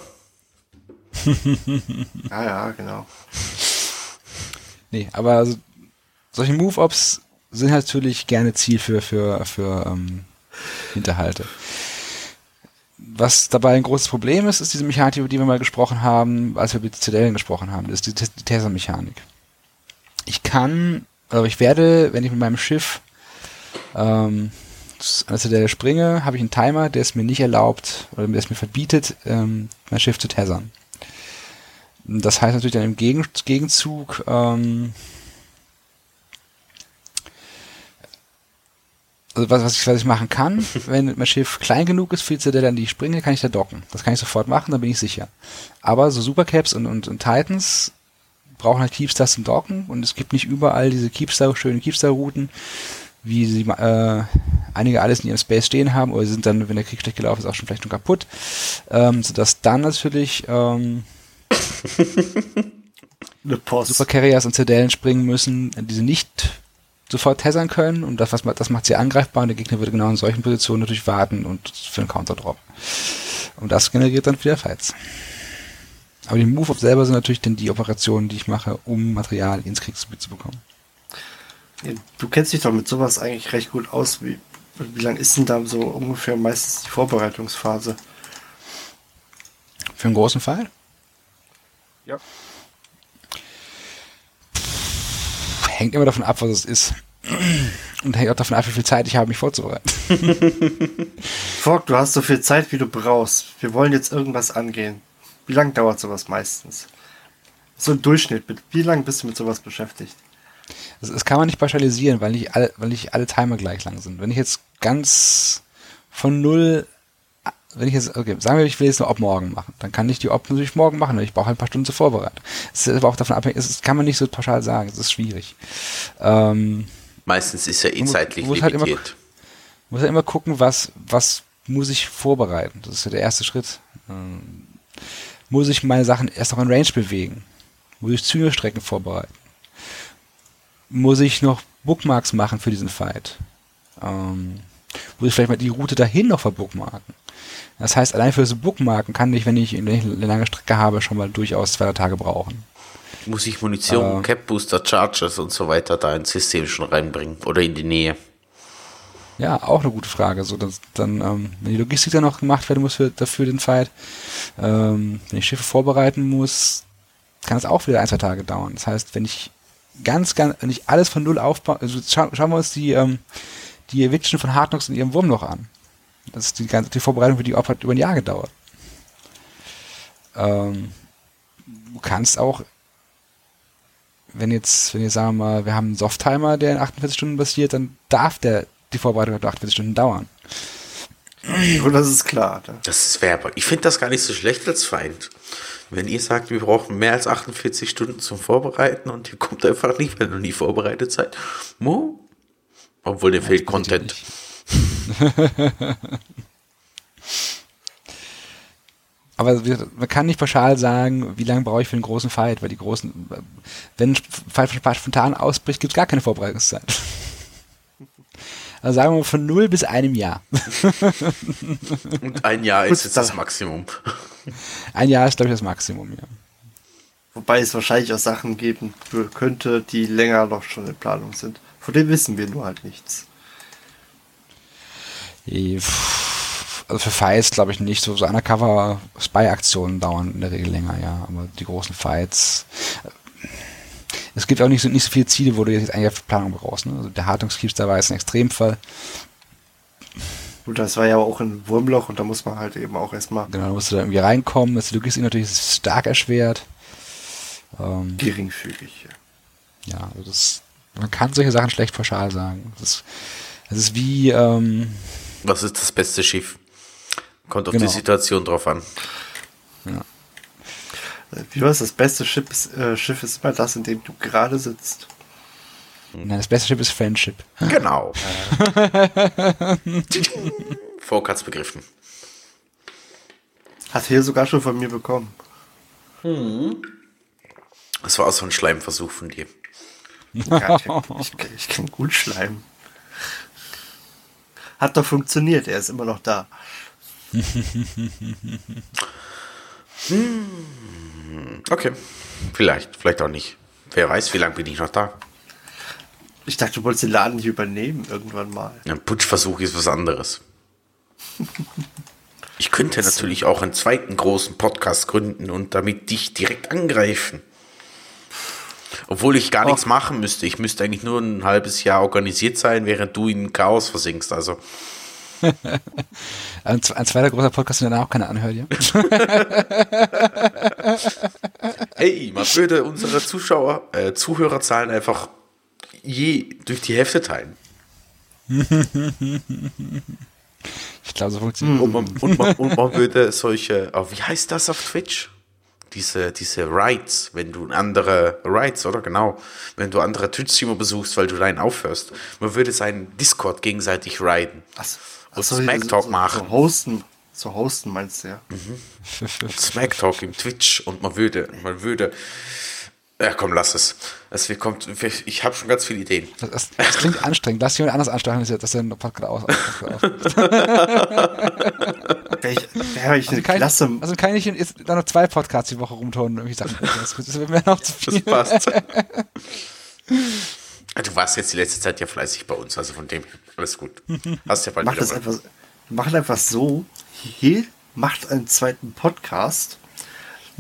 Ja, ja, genau. Nee, aber also, solche Move-Ops sind natürlich gerne Ziel für, für, für ähm, Hinterhalte. Was dabei ein großes Problem ist, ist diese Mechanik, über die wir mal gesprochen haben, als wir mit Zitadellen gesprochen haben. Das ist die, die Tesla-Mechanik. Ich kann, oder ich werde, wenn ich mit meinem Schiff ähm, an der Zitadelle springe, habe ich einen Timer, der es mir nicht erlaubt, oder der es mir verbietet, ähm, mein Schiff zu tessern. Das heißt natürlich dann im Gegen- Gegenzug, ähm, also was, was, ich, was ich machen kann, wenn mein Schiff klein genug ist für die Zitadelle, an die ich springe, kann ich da docken. Das kann ich sofort machen, dann bin ich sicher. Aber so Supercaps und, und, und Titans brauchen halt Keepstars zum Docken und es gibt nicht überall diese Keepstar, schöne Keepstar-Routen, wie sie äh, einige alles in ihrem Space stehen haben, oder sie sind dann, wenn der Krieg schlecht gelaufen ist, auch schon vielleicht schon kaputt. Ähm, sodass dann natürlich ähm, Supercarriers und Zitadellen springen müssen, die sie nicht sofort tessern können und das, was, das macht sie angreifbar und der Gegner würde genau in solchen Positionen natürlich warten und für einen Counterdrop. Und das generiert dann wieder Fights. Aber die Move-Up selber sind natürlich dann die Operationen, die ich mache, um Material ins Kriegsgebiet zu bekommen. Du kennst dich doch mit sowas eigentlich recht gut aus. Wie, wie lang ist denn da so ungefähr meistens die Vorbereitungsphase? Für einen großen Fall? Ja. Hängt immer davon ab, was es ist. Und hängt auch davon ab, wie viel Zeit ich habe, mich vorzubereiten. Fogg, du hast so viel Zeit, wie du brauchst. Wir wollen jetzt irgendwas angehen. Wie lange dauert sowas meistens? So ein Durchschnitt. Wie lange bist du mit sowas beschäftigt? Das, das kann man nicht pauschalisieren, weil nicht alle, weil nicht alle Timer gleich lang sind. Wenn ich jetzt ganz von null, wenn ich jetzt, okay, sagen wir, ich will jetzt eine Op morgen machen, dann kann ich die Op natürlich morgen machen, weil ich brauche halt ein paar Stunden zur Vorbereitung. Es ist aber auch davon abhängig, das kann man nicht so pauschal sagen, es ist schwierig. Ähm, Meistens ist ja eh zeitlich muss halt limitiert. Immer, muss halt immer gucken, was, was muss ich vorbereiten. Das ist ja der erste Schritt. Ähm, muss ich meine Sachen erst noch in Range bewegen? Muss ich Zügelstrecken vorbereiten? Muss ich noch Bookmarks machen für diesen Fight? Ähm, muss ich vielleicht mal die Route dahin noch verbookmarken? Das heißt, allein für das Bookmarken kann ich, wenn ich eine lange Strecke habe, schon mal durchaus zwei Tage brauchen. Muss ich Munition, äh, Cap Booster, Chargers und so weiter da ins System schon reinbringen oder in die Nähe? Ja, auch eine gute Frage. So, dass dann, ähm, wenn die Logistik dann noch gemacht werden muss für, dafür den Fight, ähm, wenn ich Schiffe vorbereiten muss, kann es auch wieder ein, zwei Tage dauern. Das heißt, wenn ich ganz, ganz, wenn ich alles von null aufbaue, also scha schauen wir uns die, ähm, die Eviction von Hard Knocks in ihrem Wurmloch an. Das ist die ganze, die Vorbereitung für die Op hat über ein Jahr gedauert. Ähm, du kannst auch, wenn jetzt, wenn jetzt sagen wir mal, wir haben einen Soft-Timer, der in achtundvierzig Stunden passiert, dann darf der die Vorbereitung achtundvierzig Stunden dauern. Und das ist klar. Ne? Das ist Werbe. Ich finde das gar nicht so schlecht als Feind. Wenn ihr sagt, wir brauchen mehr als achtundvierzig Stunden zum Vorbereiten und ihr kommt einfach nicht, weil ihr nie vorbereitet seid. Mo? Obwohl dir ja, fehlt Content. Aber man kann nicht pauschal sagen, wie lange brauche ich für einen großen Fight, weil die großen, wenn ein Fight spontan ausbricht, gibt es gar keine Vorbereitungszeit. Also sagen wir mal von null bis einem Jahr. Und ein Jahr ist jetzt das Maximum. Ein Jahr ist, glaube ich, das Maximum, ja. Wobei es wahrscheinlich auch Sachen geben könnte, die länger noch schon in Planung sind. Von denen wissen wir nur halt nichts. Also für Fights glaube ich nicht. So, so Undercover-Spy-Aktionen dauern in der Regel länger, ja. Aber die großen Fights... Es gibt auch nicht so, nicht so viele Ziele, wo du jetzt eigentlich auf Planung brauchst. Ne? Also der Hartungskeeps, da war jetzt ein Extremfall. Gut, das war ja auch ein Wurmloch und da muss man halt eben auch erstmal... Genau, da musst du da irgendwie reinkommen. Das Logistik natürlich ist stark erschwert. Ähm, Geringfügig, ja. Ja, also das, man kann solche Sachen schlecht pauschal sagen. Das ist, das ist wie... Ähm, Was ist das beste Schiff? Kommt auf genau. die Situation drauf an. Ja. Wie war es? Das beste Schiff ist, äh, Schiff ist immer das, in dem du gerade sitzt. Nein, das beste Schiff ist Friendship. Genau. Folk hat's begriffen. Hat hier sogar schon von mir bekommen. Hm. Das war auch so ein Schleimversuch von dir. Ja, ich, ich, ich kann gut schleimen. Hat doch funktioniert, er ist immer noch da. Okay, vielleicht, vielleicht auch nicht. Wer weiß, wie lange bin ich noch da? Ich dachte, du wolltest den Laden nicht übernehmen irgendwann mal. Ein Putschversuch ist was anderes. Ich könnte natürlich auch einen zweiten großen Podcast gründen und damit dich direkt angreifen. Obwohl ich gar oh. nichts machen müsste. Ich müsste eigentlich nur ein halbes Jahr organisiert sein, während du in Chaos versinkst. Also. ein, ein zweiter großer Podcast, den danach auch keiner anhört, ja? Hey, man würde unsere Zuschauer, äh, Zuhörerzahlen einfach je durch die Hälfte teilen. Ich glaube, so funktioniert und, man, und, man, und man würde solche, oh, wie heißt das auf Twitch? Diese, diese Rides, wenn du andere Rides, oder genau, wenn du andere Twitch-Streamer besuchst, weil du deinen aufhörst. Man würde seinen Discord gegenseitig riden. Ach, und so, Smack Talk so, machen. So hosten, so hosten meinst du ja. Mhm. Und Smack Talk im Twitch und man würde, man würde, ja komm, lass es. Es wir kommt, ich habe schon ganz viele Ideen. Das, das, das klingt anstrengend. Lass jemand anders ansteuern, dass der Podcast aus. Wäre ich, wär ich also eine kann Klasse. Ich, also kann ich jetzt dann noch zwei Podcasts die Woche rumtonen und irgendwie Sachen. Das, das wird mir noch zu viel. Das passt. Du warst jetzt die letzte Zeit ja fleißig bei uns, also von dem alles gut. Hast ja bald Macht wieder das einfach, macht einfach so, hier macht einen zweiten Podcast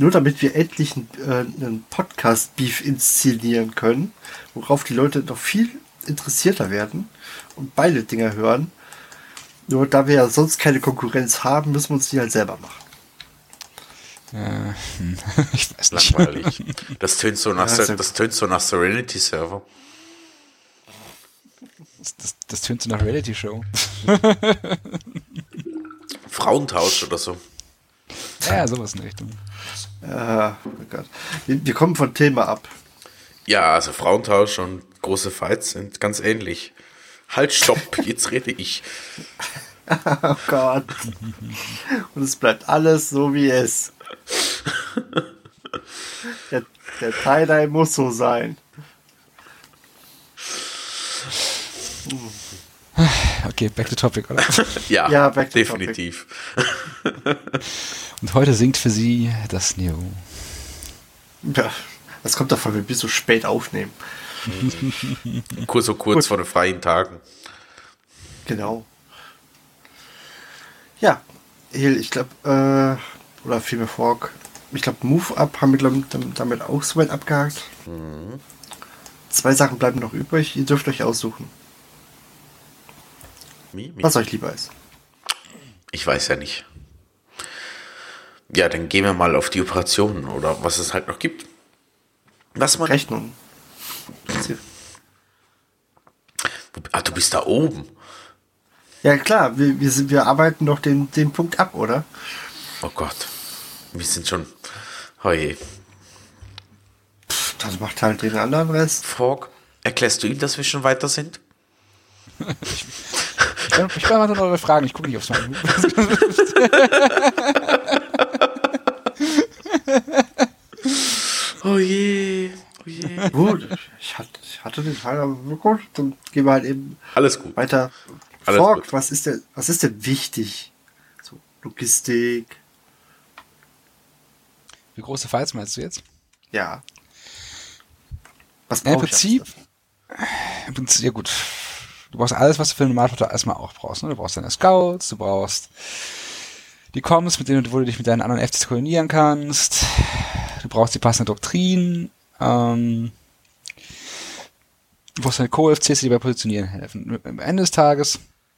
nur damit wir endlich einen, äh, einen Podcast-Beef inszenieren können, worauf die Leute noch viel interessierter werden und beide Dinger hören. Nur da wir ja sonst keine Konkurrenz haben, müssen wir uns die halt selber machen. Äh, hm. Ich weiß nicht. Langweilig. Das tönt so nach, Ja, das tönt so nach Serenity-Server. Das, das, das tönt so nach Reality-Show. Frauentausch oder so. Ja, sowas in der Richtung. Ja, oh Gott. Wir, wir kommen von Thema ab. Ja, also Frauentausch und große Fights sind ganz ähnlich. Halt, stopp, jetzt rede ich. Oh Gott. Und es bleibt alles so, wie es. Der, der Tie-Dye muss so sein. Okay, back to topic, oder? Ja, Ja, back to definitiv. Und heute singt für sie das Neo. Ja, das kommt davon, wenn wir so spät aufnehmen. Kurz so kurz Gut. vor den freien Tagen. Genau. Ja, Hill, ich glaube, äh, oder vielmehr Fork, ich glaube, Move Up haben wir glaub, damit auch soweit abgehakt. Mhm. Zwei Sachen bleiben noch übrig, ihr dürft euch aussuchen, Mi, mi. was euch lieber ist. Ich weiß ja nicht. Ja, dann gehen wir mal auf die Operationen oder was es halt noch gibt. Was man. Rechnung. Ah, du bist da oben. Ja klar, wir, wir, sind, wir arbeiten doch den, den Punkt ab, oder? Oh Gott. Wir sind schon. Oh je. Das macht halt den anderen Rest. Fork, erklärst du ihm, dass wir schon weiter sind? Ich, ich beantworte noch eure Fragen, ich gucke nicht aufs Mal. Oh je. Oh je. Gut, ich hatte, ich hatte den Teil, aber gut, dann gehen wir halt eben Alles gut. weiter. Alles Fork, gut. was ist denn, was ist denn wichtig? So, Logistik, Wie große Files meinst du jetzt? ja. Was Ja, Im brauche ich Prinzip, alles im Prinzip, ja gut. Du brauchst alles, was du für einen Normalsportler erstmal auch brauchst. Ne? Du brauchst deine Scouts, du brauchst die Comms, mit denen du, wo du dich mit deinen anderen F Cs koordinieren kannst. Du brauchst die passende Doktrin. Ähm, du brauchst deine Co-F Cs, die dir bei Positionieren helfen. Am Ende des Tages,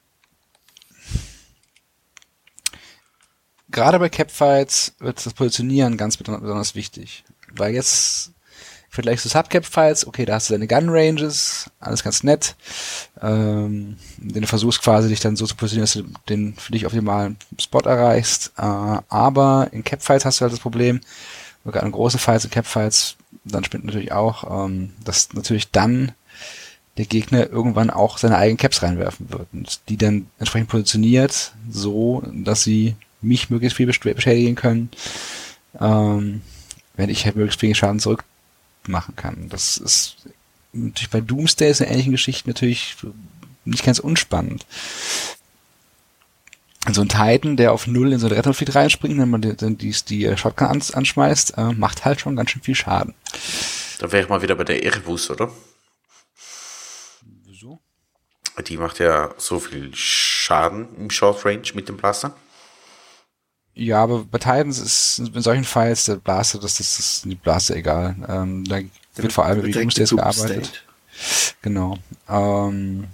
gerade bei Capfights wird das Positionieren ganz besonders wichtig. Weil jetzt im Vergleich zu Subcap-Fights, okay, da hast du deine Gun-Ranges, alles ganz nett, ähm, den du versuchst quasi dich dann so zu positionieren, dass du den für dich optimalen Spot erreichst, äh, aber in Cap-Fights hast du halt das Problem, sogar in großen Fights, in Cap-Fights, dann spielt natürlich auch, ähm, dass natürlich dann der Gegner irgendwann auch seine eigenen Caps reinwerfen wird und die dann entsprechend positioniert, so, dass sie mich möglichst viel beschädigen können, ähm, wenn ich halt möglichst wenig Schaden zurück machen kann. Das ist natürlich bei Doomsday ist eine ähnliche Geschichte natürlich nicht ganz unspannend. So ein Titan, der auf null in so ein Rettungsfleet reinspringt, wenn man die, die, die Shotgun ans, anschmeißt, äh, macht halt schon ganz schön viel Schaden. Da wäre ich mal wieder bei der Erebus, oder? Wieso? Die macht ja so viel Schaden im Short Range mit dem Blaster. Ja, aber bei Titans ist in solchen Files der Blaster, das, das ist die Blaster egal. Ähm, da wird vor allem über die Doomsdays gearbeitet. Genau. Ähm,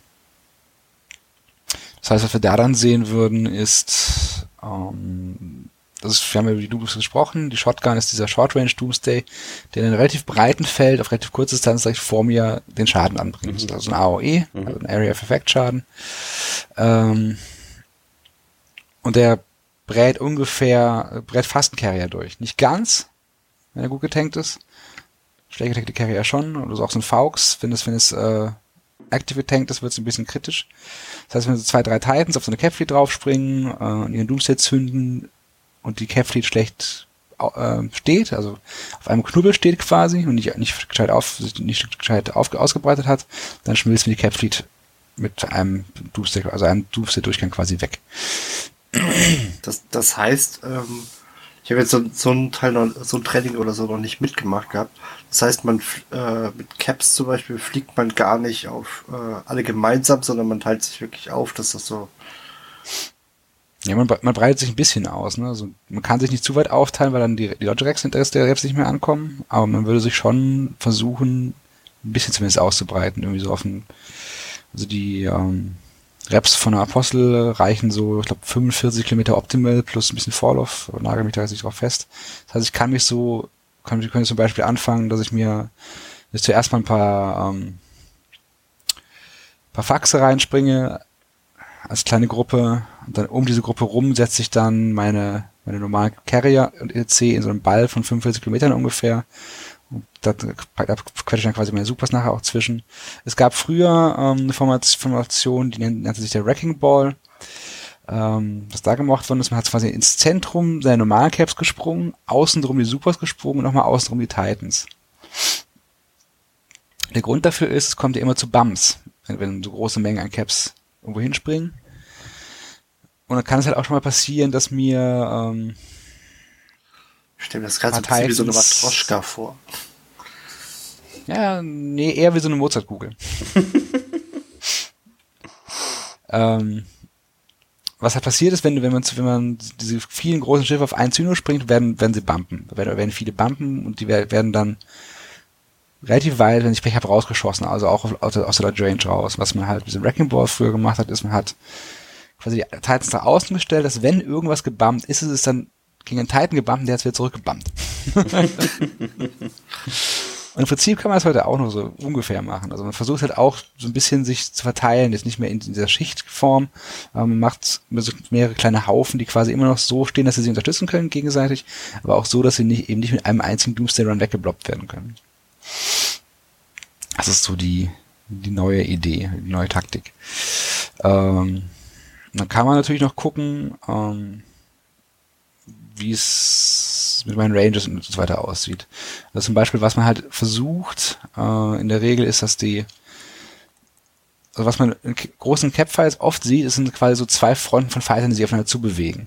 das heißt, was wir da dann sehen würden, ist, ähm, das ist, wir haben über die Doomsday gesprochen, die Shotgun ist dieser Short Range Doomsday, der in einem relativ breiten Feld auf relativ kurze Distanz direkt vor mir den Schaden anbringt. Mhm. Also ein A O E, mhm. also ein Area of Effect Schaden. Ähm, und der brät ungefähr, brät fast einen Carrier durch. Nicht ganz, wenn er gut getankt ist. Schlecht getankte Carrier schon. Oder so auch so ein Faux. Wenn es, wenn es äh, active getankt ist, wird es ein bisschen kritisch. Das heißt, wenn so zwei, drei Titans auf so eine Capfleet draufspringen, äh, und ihren Doomsday zünden und die Capfleet schlecht äh, steht, also auf einem Knubbel steht quasi und nicht, nicht gescheit auf, nicht gescheit auf, ausgebreitet hat, dann schmilzt mir die Capfleet mit einem Doomsday, also einem Doomsday-Durchgang quasi weg. Das, das heißt, ähm, ich habe jetzt so, so ein Teil noch, so ein Training oder so noch nicht mitgemacht gehabt. Das heißt, man äh, mit Caps zum Beispiel fliegt man gar nicht auf äh, alle gemeinsam, sondern man teilt sich wirklich auf, dass das so. Ja, man, man breitet sich ein bisschen aus. Ne? Also man kann sich nicht zu weit aufteilen, weil dann die, die Logic-Reps der Reps nicht mehr ankommen. Aber man würde sich schon versuchen, ein bisschen zumindest auszubreiten. Irgendwie so auf ein, also die ähm, Reps von der Apostel reichen so, ich glaube, fünfundvierzig Kilometer optimal plus ein bisschen Fall-Off. Nagel mich da jetzt nicht drauf fest. Das heißt, ich kann mich so, kann, ich könnte zum Beispiel anfangen, dass ich mir jetzt zuerst mal ein paar, ähm, paar Faxe reinspringe, als kleine Gruppe, und dann um diese Gruppe rum setze ich dann meine, meine normalen Carrier und E C in so einem Ball von fünfundvierzig Kilometern ungefähr. Und da, da quetsche ich dann quasi meine Supers nachher auch zwischen. Es gab früher ähm, eine Formation, die nannte sich der Wrecking Ball. Ähm, was da gemacht worden ist, man hat quasi ins Zentrum seine normalen Caps gesprungen, außenrum die Supers gesprungen und nochmal außenrum die Titans. Der Grund dafür ist, es kommt ja immer zu Bumps, wenn, wenn so große Mengen an Caps irgendwo hinspringen. Und dann kann es halt auch schon mal passieren, dass mir ähm, ich stelle mir das gerade so ein bisschen wie so eine Matroschka vor. Ja, nee, eher wie so eine Mozartkugel. ähm, was halt passiert ist, wenn, wenn man wenn man diese vielen großen Schiffe auf einen Zyno springt, werden, werden sie bumpen. Werden, werden viele bumpen und die werden dann relativ weit, wenn ich Pech habe, rausgeschossen, also auch aus der, aus der Range raus. Was man halt mit dem Wrecking Ball früher gemacht hat, ist, man hat quasi die Titans nach außen gestellt, dass wenn irgendwas gebumpt ist, ist es dann gegen einen Titan gebumpt und der hat es wieder zurückgebumpt. Und im Prinzip kann man das heute auch noch so ungefähr machen. Also man versucht halt auch so ein bisschen sich zu verteilen, jetzt nicht mehr in dieser Schichtform. Aber man macht mehrere kleine Haufen, die quasi immer noch so stehen, dass sie sich unterstützen können gegenseitig, aber auch so, dass sie nicht, eben nicht mit einem einzigen Doomsday Run weggebloppt werden können. Das ist so die, die neue Idee, die neue Taktik. Ähm, dann kann man natürlich noch gucken, ähm, wie es mit meinen Ranges und so weiter aussieht. Also zum Beispiel, was man halt versucht, äh, in der Regel ist, dass die, also was man in großen Cap-Fights oft sieht, ist sind quasi so zwei Fronten von Fightern, die sich aufeinander zubewegen.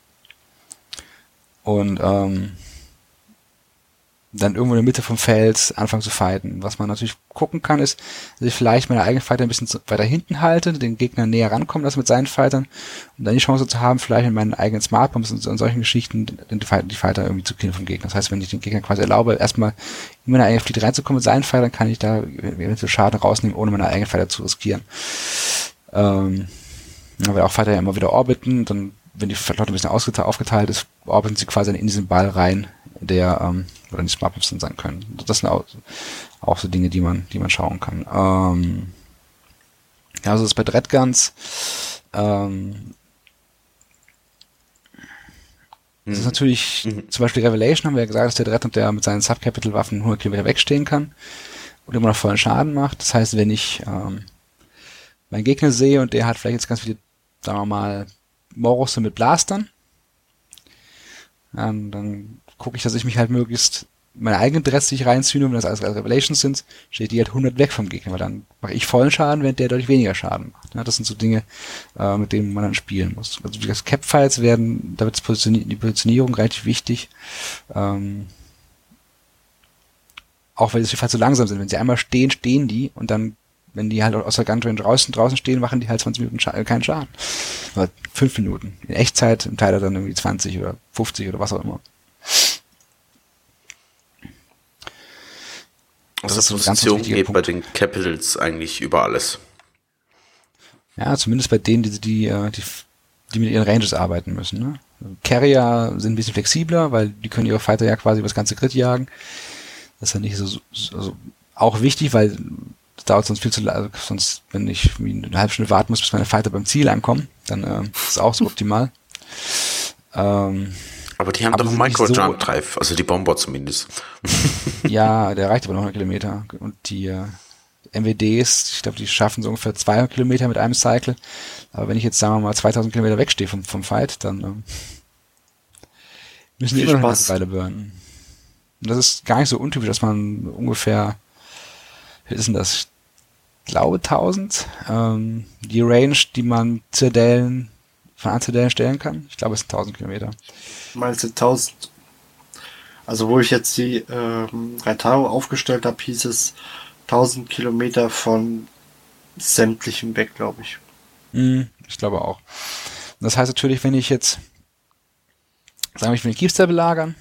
Und ähm, dann irgendwo in der Mitte vom Feld anfangen zu fighten. Was man natürlich gucken kann, ist, dass ich vielleicht meine eigenen Fighter ein bisschen weiter hinten halte, den Gegner näher rankommen lasse mit seinen Fightern, um dann die Chance zu haben, vielleicht mit meinen eigenen Smart Bombs und, und solchen Geschichten die Fighter, die Fighter irgendwie zu killen vom Gegner. Das heißt, wenn ich den Gegner quasi erlaube, erstmal in meine eigene Fleet reinzukommen mit seinen Fightern, kann ich da eventuell Schaden rausnehmen, ohne meine eigenen Fighter zu riskieren. Ähm, weil auch Fighter ja immer wieder orbiten, dann, wenn die Flotte ein bisschen ausgeteilt, aufgeteilt ist, orbiten sie quasi in diesen Ball rein, der, ähm, oder die Smart Bombs sein können. Das sind auch, auch so Dinge, die man, die man schauen kann. Ähm, ja, also das bei Dreadguns, ähm, das ist natürlich, mhm. zum Beispiel Revelation haben wir ja gesagt, dass der Dread der mit seinen Subcapital-Waffen hundert Kilometer wegstehen kann und immer noch vollen Schaden macht. Das heißt, wenn ich ähm, meinen Gegner sehe und der hat vielleicht jetzt ganz viele, sagen wir mal, Morusse mit Blastern, ähm, dann gucke ich, dass ich mich halt möglichst meine eigenen Dreads, die ich reinziehe, wenn das alles Revelations sind, steht die halt hundert weg vom Gegner, weil dann mache ich vollen Schaden, während der deutlich weniger Schaden macht. Ja, das sind so Dinge, äh, mit denen man dann spielen muss. Also die Cap-Files werden, da wird positioni- die Positionierung relativ wichtig. Ähm, auch weil die Files so langsam sind. Wenn sie einmal stehen, stehen die und dann, wenn die halt aus der Gun-Range draußen, draußen stehen, machen die halt zwanzig Minuten Scha- keinen Schaden. Oder fünf Minuten. In Echtzeit im Teil dann irgendwie zwanzig oder fünfzig oder was auch immer. Also das Position geht Punkt. Bei den Capitals eigentlich über alles. Ja, zumindest bei denen, die, die, die, die mit ihren Ranges arbeiten müssen. Ne? Carrier sind ein bisschen flexibler, weil die können ihre Fighter ja quasi über das ganze Grid jagen. Das ist ja nicht so, so also auch wichtig, weil das dauert sonst viel zu lange, also sonst, wenn ich eine halbe Stunde warten muss, bis meine Fighter beim Ziel ankommen, dann äh, ist es auch so optimal. Ähm, aber die haben aber doch einen Micro-Jump-Drive, so, also die Bomber zumindest. Ja, der reicht aber noch hundert Kilometer. Und die äh, M W Ds, ich glaube, die schaffen so ungefähr zweihundert Kilometer mit einem Cycle. Aber wenn ich jetzt, sagen wir mal, zweitausend Kilometer wegstehe vom, vom Fight, dann ähm, müssen die immer noch eine Weile burnen. Und das ist gar nicht so untypisch, dass man ungefähr, wie ist denn das? Ich glaube tausend. Ähm, die Range, die man Zitadellen, von an Zitadellen stellen kann, ich glaube, es sind tausend Kilometer. Meinst du tausend? Also wo ich jetzt die ähm, Reitaro aufgestellt habe, hieß es tausend Kilometer von sämtlichem weg, glaube ich. Mm, ich glaube auch. Das heißt natürlich, wenn ich jetzt, sagen wir, ich will den Keepster belagern,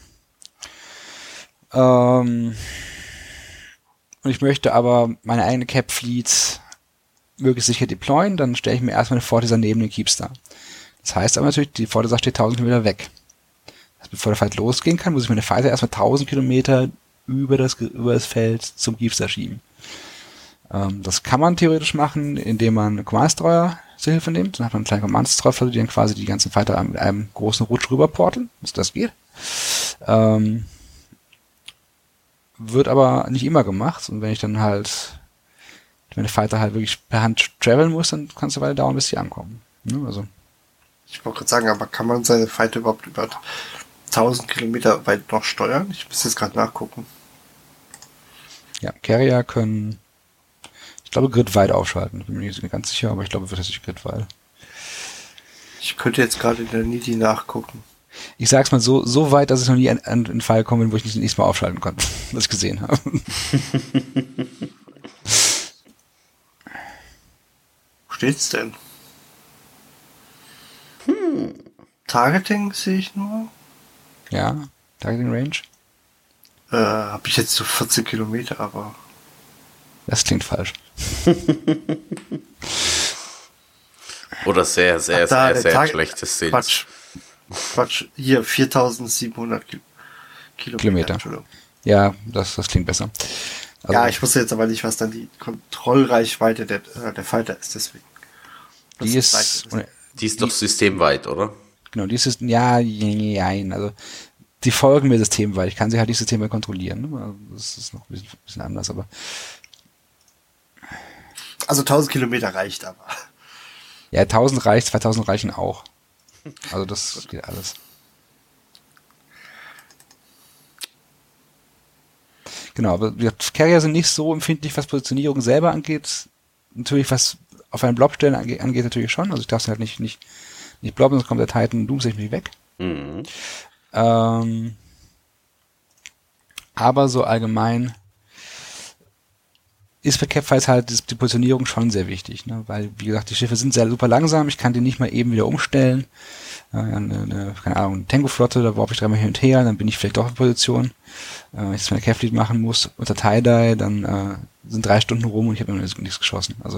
ähm, und ich möchte aber meine eigene Cap-Fleet möglichst sicher deployen, dann stelle ich mir erstmal eine Fortiser neben den Keepster. Das heißt aber natürlich, die Fortiser steht tausend Kilometer weg. Das heißt, bevor der Fight losgehen kann, muss ich meine Fighter erstmal tausend Kilometer über das, über das Feld zum Keepster schieben. Ähm, das kann man theoretisch machen, indem man einen Command-Destroyer zur Hilfe nimmt. Dann hat man einen kleinen Command-Destroyer, die dann quasi die ganzen Fighter mit einem großen Rutsch rüber porteln, dass das geht. Ähm, wird aber nicht immer gemacht. Und wenn ich dann halt wenn der Fighter halt wirklich per Hand traveln muss, dann kann es eine Weile dauern, bis sie ankommen. Ne? Also. Ich wollte gerade sagen, aber kann man seine Fighter überhaupt über tausend Kilometer weit noch steuern? Ich muss jetzt gerade nachgucken. Ja, Carrier können, ich glaube, gridweit aufschalten. Ich bin mir nicht ganz sicher, aber ich glaube, wird das nicht gridweit. Ich könnte jetzt gerade in der N I D I nachgucken. Ich sag's mal so, so weit, dass ich noch nie an, an einen Fall gekommen bin, wo ich nicht das nächste Mal aufschalten konnte, was ich gesehen habe. Wo steht's denn? Hm. Targeting sehe ich nur. Ja, Targeting Range. Äh, habe ich jetzt so vierzehn Kilometer, aber... Das klingt falsch. Oder sehr, sehr, Ach, da, sehr, sehr Tag- schlechtes Sinn. Quatsch. Quatsch. Hier, viertausendsiebenhundert Ki- Kilometer. Kilometer. Entschuldigung. Ja, das, das klingt besser. Also, Ja, ich wusste jetzt aber nicht, was dann die Kontrollreichweite der, äh, der Fighter ist, deswegen. Das die ist, ist, Die ist doch systemweit, oder? genau, die ist, ja, nein, also, die folgen mir systemweit. Ich kann sie halt nicht systemweit kontrollieren. Ne? Also, das ist noch ein bisschen, bisschen anders, aber. Also tausend Kilometer reicht aber. Ja, tausend reicht, zweitausend reichen auch. Also, das geht alles. Genau, aber die Carrier sind nicht so empfindlich, was Positionierung selber angeht. Natürlich, was auf einen Blob stellen angeht, angeht natürlich schon. Also ich darf es halt nicht, nicht, nicht blobben, sonst kommt der Titan Doomsday nicht weg. Mhm. Ähm, aber so allgemein ist für Capfights halt die Positionierung schon sehr wichtig, ne? Weil, wie gesagt, die Schiffe sind sehr super langsam, ich kann die nicht mal eben wieder umstellen. Äh, eine, eine, keine Ahnung, eine Tango-Flotte, da warf ich dreimal hin und her, dann bin ich vielleicht doch in Position. Äh, wenn ich jetzt meine Cap-Fleet machen muss, unter Tie-Dye, dann äh, sind drei Stunden rum und ich habe immer nichts, nichts geschossen. Also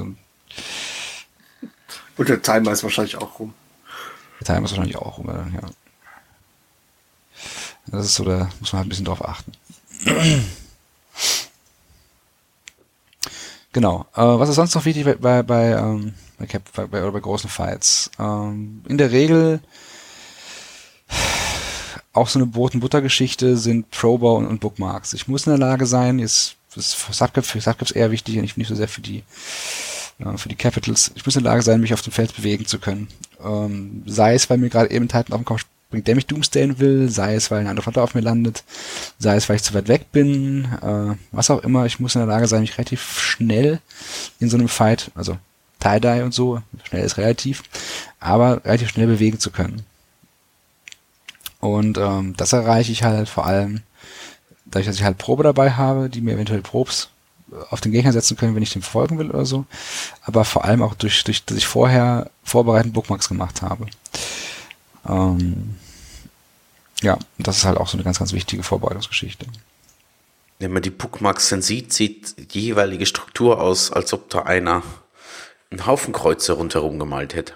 Und der Timer ist wahrscheinlich auch rum. der Timer ist wahrscheinlich auch rum, ja. Das ist so, da muss man halt ein bisschen drauf achten. Genau. Äh, was ist sonst noch wichtig bei, bei, bei, ähm, bei, Cap, bei, bei, oder bei großen Fights? Ähm, in der Regel auch so eine Brot-und-Butter-Geschichte sind Prober und, und Bookmarks. Ich muss in der Lage sein, jetzt ist für Subcaps, für Subcaps eher wichtig und nicht, nicht so sehr für die äh, für die Capitals. Ich muss in der Lage sein, mich auf dem Feld bewegen zu können. Ähm, sei es, weil mir gerade eben ein Titan auf den Kopf springt, der mich doomstayen will, sei es, weil eine andere Flotte auf mir landet, sei es, weil ich zu weit weg bin, äh, was auch immer. Ich muss in der Lage sein, mich relativ schnell in so einem Fight, also Tie-Dye und so, schnell ist relativ, aber relativ schnell bewegen zu können. Und ähm, das erreiche ich halt vor allem, dadurch, dass ich halt Probe dabei habe, die mir eventuell Probes auf den Gegner setzen können, wenn ich den verfolgen will oder so, aber vor allem auch durch, durch dass ich vorher vorbereitend Bookmarks gemacht habe. Ähm, ja, das ist halt auch so eine ganz, ganz wichtige Vorbereitungsgeschichte. Wenn man die Bookmarks dann sieht, sieht die jeweilige Struktur aus, als ob da einer einen Haufen Kreuze rundherum gemalt hätte.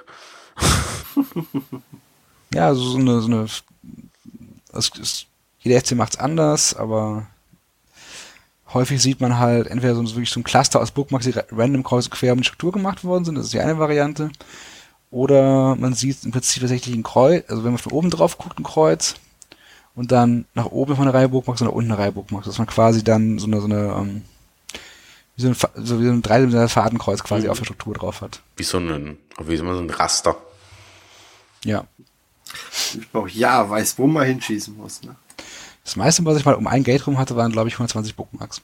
Ja, also so eine, so eine es ist, jeder F C macht's anders, aber häufig sieht man halt entweder so, wirklich so ein Cluster aus Bookmarks, die random kreuz und quer um die Struktur gemacht worden sind, das ist die eine Variante. Oder man sieht im Prinzip tatsächlich ein Kreuz, also wenn man von oben drauf guckt, ein Kreuz und dann nach oben noch eine Reihe Bookmarks und nach unten eine Reihe Bookmarks, dass man quasi dann so eine, so eine, ähm, wie so ein, so wie so ein dreidimensionales Fadenkreuz quasi mhm. auf der Struktur drauf hat. Wie so ein, wie so ein Raster. Ja. Ich brauche ja, weiß, wo man hinschießen muss, ne? Das meiste, was ich mal um ein Gate rum hatte, waren, glaube ich, hundertzwanzig Bookmarks.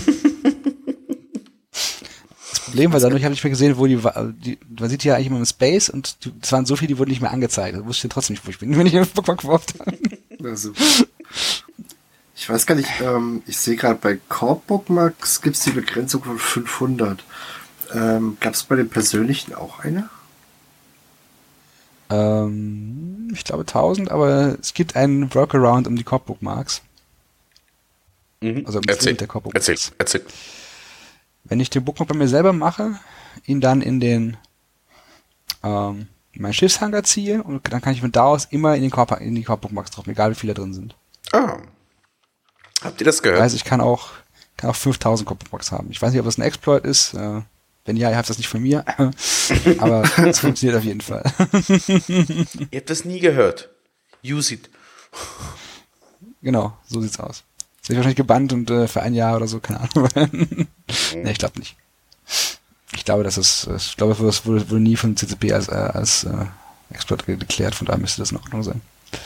Das Problem war, dadurch habe ich mir gesehen, wo die, die, man sieht ja eigentlich immer im Space und es waren so viele, die wurden nicht mehr angezeigt. Da wusste ich trotzdem nicht, wo ich bin, wenn ich einen Bookmark geworfen habe. Also, ich weiß gar nicht, ähm, ich sehe gerade bei Core Bookmarks gibt es die Begrenzung von fünfhundert. Ähm, Gab es bei den persönlichen auch eine? Ähm, ich glaube tausend, aber es gibt einen Workaround um die Copbook-Marks. Mhm. Also um erzähl, der Copbook erzähl, erzähl. Wenn ich den Bookmark bei mir selber mache, ihn dann in den ähm, in meinen Schiffshangar ziehe und dann kann ich von da aus immer in den Corp in die Copbook-Marks drauf, egal wie viele da drin sind. Ah. Habt ihr das gehört? Also ich kann auch, kann auch fünftausend Copbook-Marks haben. Ich weiß nicht, ob das ein Exploit ist. Äh, wenn ja, ihr habt das nicht von mir. Aber es funktioniert auf jeden Fall. Ihr habt das nie gehört. Use it. Genau, so sieht's aus. Das wird wahrscheinlich gebannt und äh, für ein Jahr oder so, keine Ahnung. Nee, ich glaube nicht. Ich glaube, das ist, ich glaube, das wurde, wurde nie von C C P als, äh, als äh, Exploit geklärt, von daher müsste das in Ordnung sein.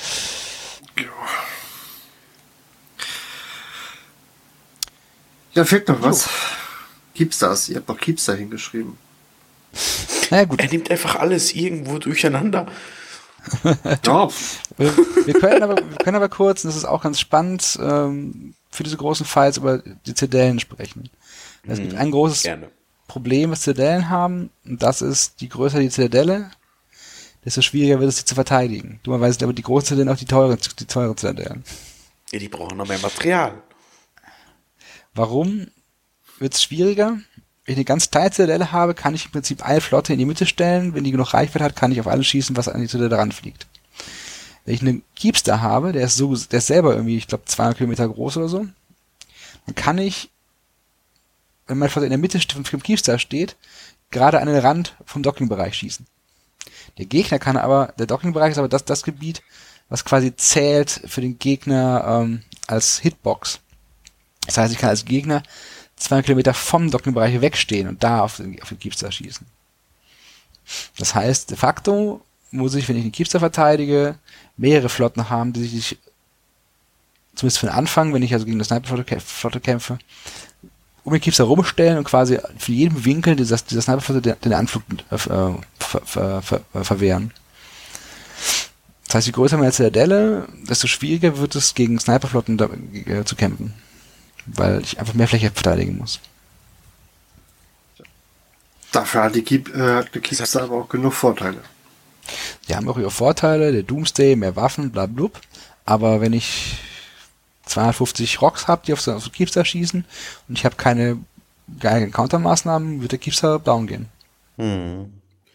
Ja, fehlt noch was. Keepstars, ihr habt noch Keepstar hingeschrieben. Naja, gut. Er nimmt einfach alles irgendwo durcheinander. Ja. Wir, wir, können aber, wir können aber kurz, und das ist auch ganz spannend, ähm, für diese großen Files über die Zitadellen sprechen. Es gibt ein großes Gerne. Problem, was Zitadellen haben, und das ist, je größer die Zitadelle, desto schwieriger wird es, sie zu verteidigen. Dummerweise sind aber die großen Zitadellen auch die teure, die teure Zitadellen. Ja, die brauchen noch mehr Material. Warum wird es schwieriger? Wenn ich eine ganz kleine Zitadelle habe, kann ich im Prinzip eine Flotte in die Mitte stellen. Wenn die genug Reichweite hat, kann ich auf alles schießen, was an die Zitadelle ranfliegt. Wenn ich einen Keepstar habe, der ist so, der ist selber irgendwie, ich glaube, zweihundert Kilometer groß oder so, dann kann ich, wenn meine Flotte in der Mitte vom Keepstar steht, gerade an den Rand vom Dockingbereich schießen. Der Gegner kann aber, der Dockingbereich ist aber das, das Gebiet, was quasi zählt für den Gegner ähm, als Hitbox. Das heißt, ich kann als Gegner zweihundert Kilometer vom Dockingbereich wegstehen und da auf den, auf den Keepstar schießen. Das heißt, de facto muss ich, wenn ich den Keepstar verteidige, mehrere Flotten haben, die sich, zumindest für den Anfang, wenn ich also gegen eine Sniperflotte Flotte kämpfe, um den Keepstar rumstellen und quasi für jeden Winkel dieser, dieser Sniperflotte den, den Anflug äh, ver, ver, ver, verwehren. Das heißt, je größer meine Zitadelle, desto schwieriger wird es, gegen Sniperflotten da, äh, zu kämpfen. Weil ich einfach mehr Fläche verteidigen muss. Dafür hat die Keep, äh, die Keepstar aber auch genug Vorteile. Die haben auch ihre Vorteile, der Doomsday, mehr Waffen, bla blub. Aber wenn ich zweihundertfünfzig Rocks habe, die auf so, auf so Keepstar schießen und ich habe keine geilen Countermaßnahmen, wird der Keepstar down gehen. Hm.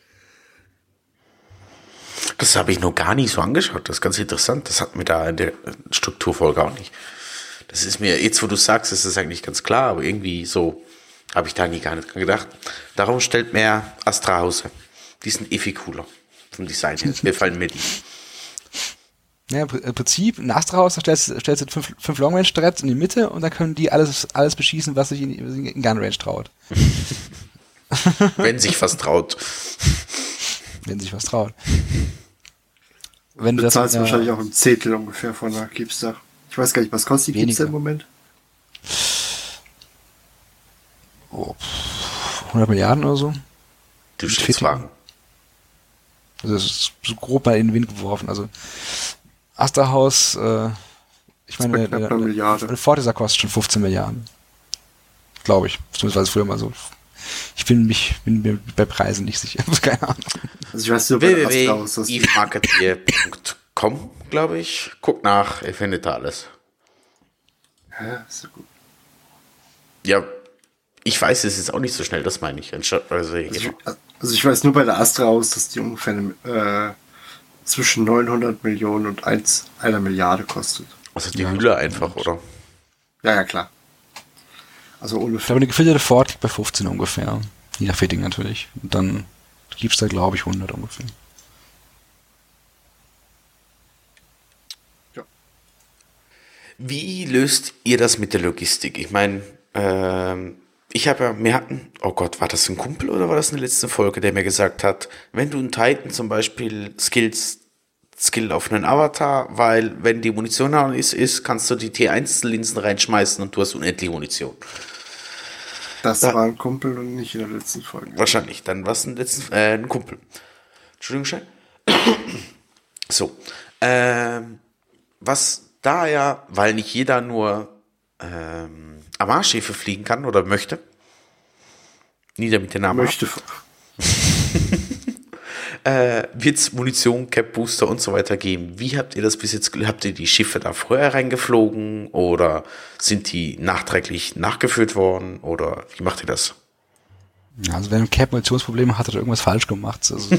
Das habe ich noch gar nicht so angeschaut. Das ist ganz interessant. Das hatten wir da in der Strukturfolge auch nicht. Das ist mir, jetzt wo du sagst, ist das eigentlich ganz klar, aber irgendwie so habe ich da nie gar nicht dran gedacht. Darum stellt mir Astra Hause. Die sind eh viel cooler vom Design her. Mir fallen mir die. Ja, im Prinzip, ein Astra-Haus, da stellst, stellst du fünf, fünf Long-Range-Threads in die Mitte und dann können die alles, alles beschießen, was sich in, in Gun-Range traut. Wenn sich was traut. Wenn sich was traut. Wenn Du du das zahlst mit einer- wahrscheinlich auch ein Zehntel ungefähr von der Keepstar. Ich weiß gar nicht, was kostet die Weniger. Keepstar im Moment? oh, pff, hundert Milliarden oder so. Durchschnittswagen. Also das ist so grob mal in den Wind geworfen. Also Astra-Haus, äh, ich meine, bei knapp einer Milliarde. eine Fortiser kostet schon fünfzehn Milliarden. Glaube ich. Zumindest war es früher mal so. Ich bin mich bin mir bei Preisen nicht sicher. Keine Ahnung. Also ich weiß nur bei der w w Astra w aus, dass punkt eve marketeer punkt com, glaube ich. Guckt nach, ihr findet da alles. ja, ist ja gut. Ja, ich weiß es jetzt auch nicht so schnell, das meine ich. Also, Also ich, also ich weiß nur bei der Astra aus, dass die ungefähr äh, zwischen neunhundert Millionen und eins, einer Milliarde kostet. also die Hülle einfach, oder? Ja, ja, klar. Also ohne Ich glaube, eine gefilterte Ford liegt bei fünfzehn ungefähr. Je nach Fitting natürlich. Und dann gibt's da, glaube ich, hundert ungefähr. Wie löst ihr das mit der Logistik? Ich meine, ähm, ich habe ja, wir hatten, oh Gott, war das ein Kumpel oder war das eine letzte Folge, der mir gesagt hat, wenn du einen Titan zum Beispiel skills, Skill auf einen Avatar, weil wenn die Munition an ist, ist, kannst du die T eins Linsen reinschmeißen und du hast unendlich Munition. Das Da- war ein Kumpel und nicht in der letzten Folge. Wahrscheinlich, dann war es ein, letzten, äh, ein Kumpel. Entschuldigung, Schein. So, ähm, was da ja, weil nicht jeder nur ähm, Amarschäfe fliegen kann oder möchte, nieder mit den Namen. Möchte. äh, wird es Munition, Cap Booster und so weiter geben? Wie habt ihr das bis jetzt, habt ihr die Schiffe da früher reingeflogen oder sind die nachträglich nachgeführt worden oder wie macht ihr das? Also wenn ein Cap Munitionsprobleme hat, hat er irgendwas falsch gemacht. Also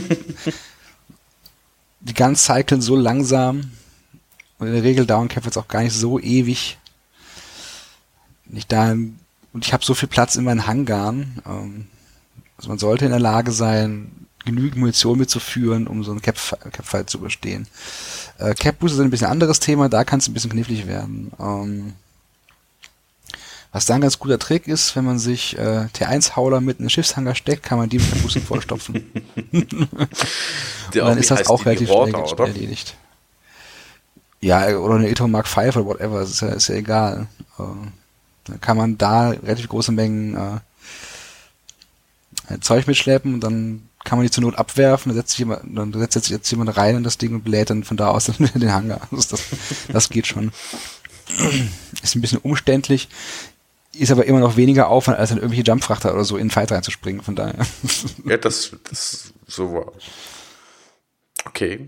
die Guns cyclen so langsam und in der Regel dauern Cap jetzt auch gar nicht so ewig. Nicht da, und ich habe so viel Platz in meinen Hangaren. Ähm, also man sollte in der Lage sein, genügend Munition mitzuführen, um so einen Cap-Fight zu überstehen. Äh, Cap-Booster sind ein bisschen anderes Thema, da kann es ein bisschen knifflig werden. Ähm, was da ein ganz guter Trick ist, wenn man sich äh, T eins Hauler mit in den Schiffshangar steckt, kann man die mit Cap-Booster vollstopfen. Und dann ist das auch relativ schnell, schnell erledigt. Ja, oder eine Ito Mark fünf oder whatever, ist ja, ist ja egal. Äh, dann kann man da relativ große Mengen äh, Zeug mitschleppen und dann kann man die zur Not abwerfen, dann setzt sich jemand, dann setzt sich jetzt jemand rein in das Ding und belädt dann von da aus dann den Hangar. Also das, das geht schon. Ist ein bisschen umständlich, ist aber immer noch weniger Aufwand, als dann irgendwelche Jumpfrachter oder so in den Fight reinzuspringen, von daher. Ja, das, das so war. Okay.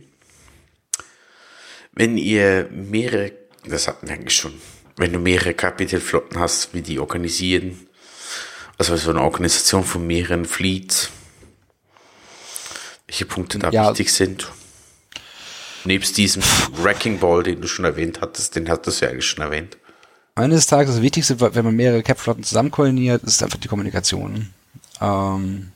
Wenn ihr mehrere, das hatten wir eigentlich schon, wenn du mehrere Kapitelflotten hast, wie die organisieren, also so eine Organisation von mehreren Fleets, welche Punkte da ja wichtig sind. Nebst diesem Wrecking Ball, den du schon erwähnt hattest, den hattest du ja eigentlich schon erwähnt. Eines Tages das Wichtigste, wenn man mehrere Cap-Flotten zusammen koordiniert, ist einfach die Kommunikation. Ähm,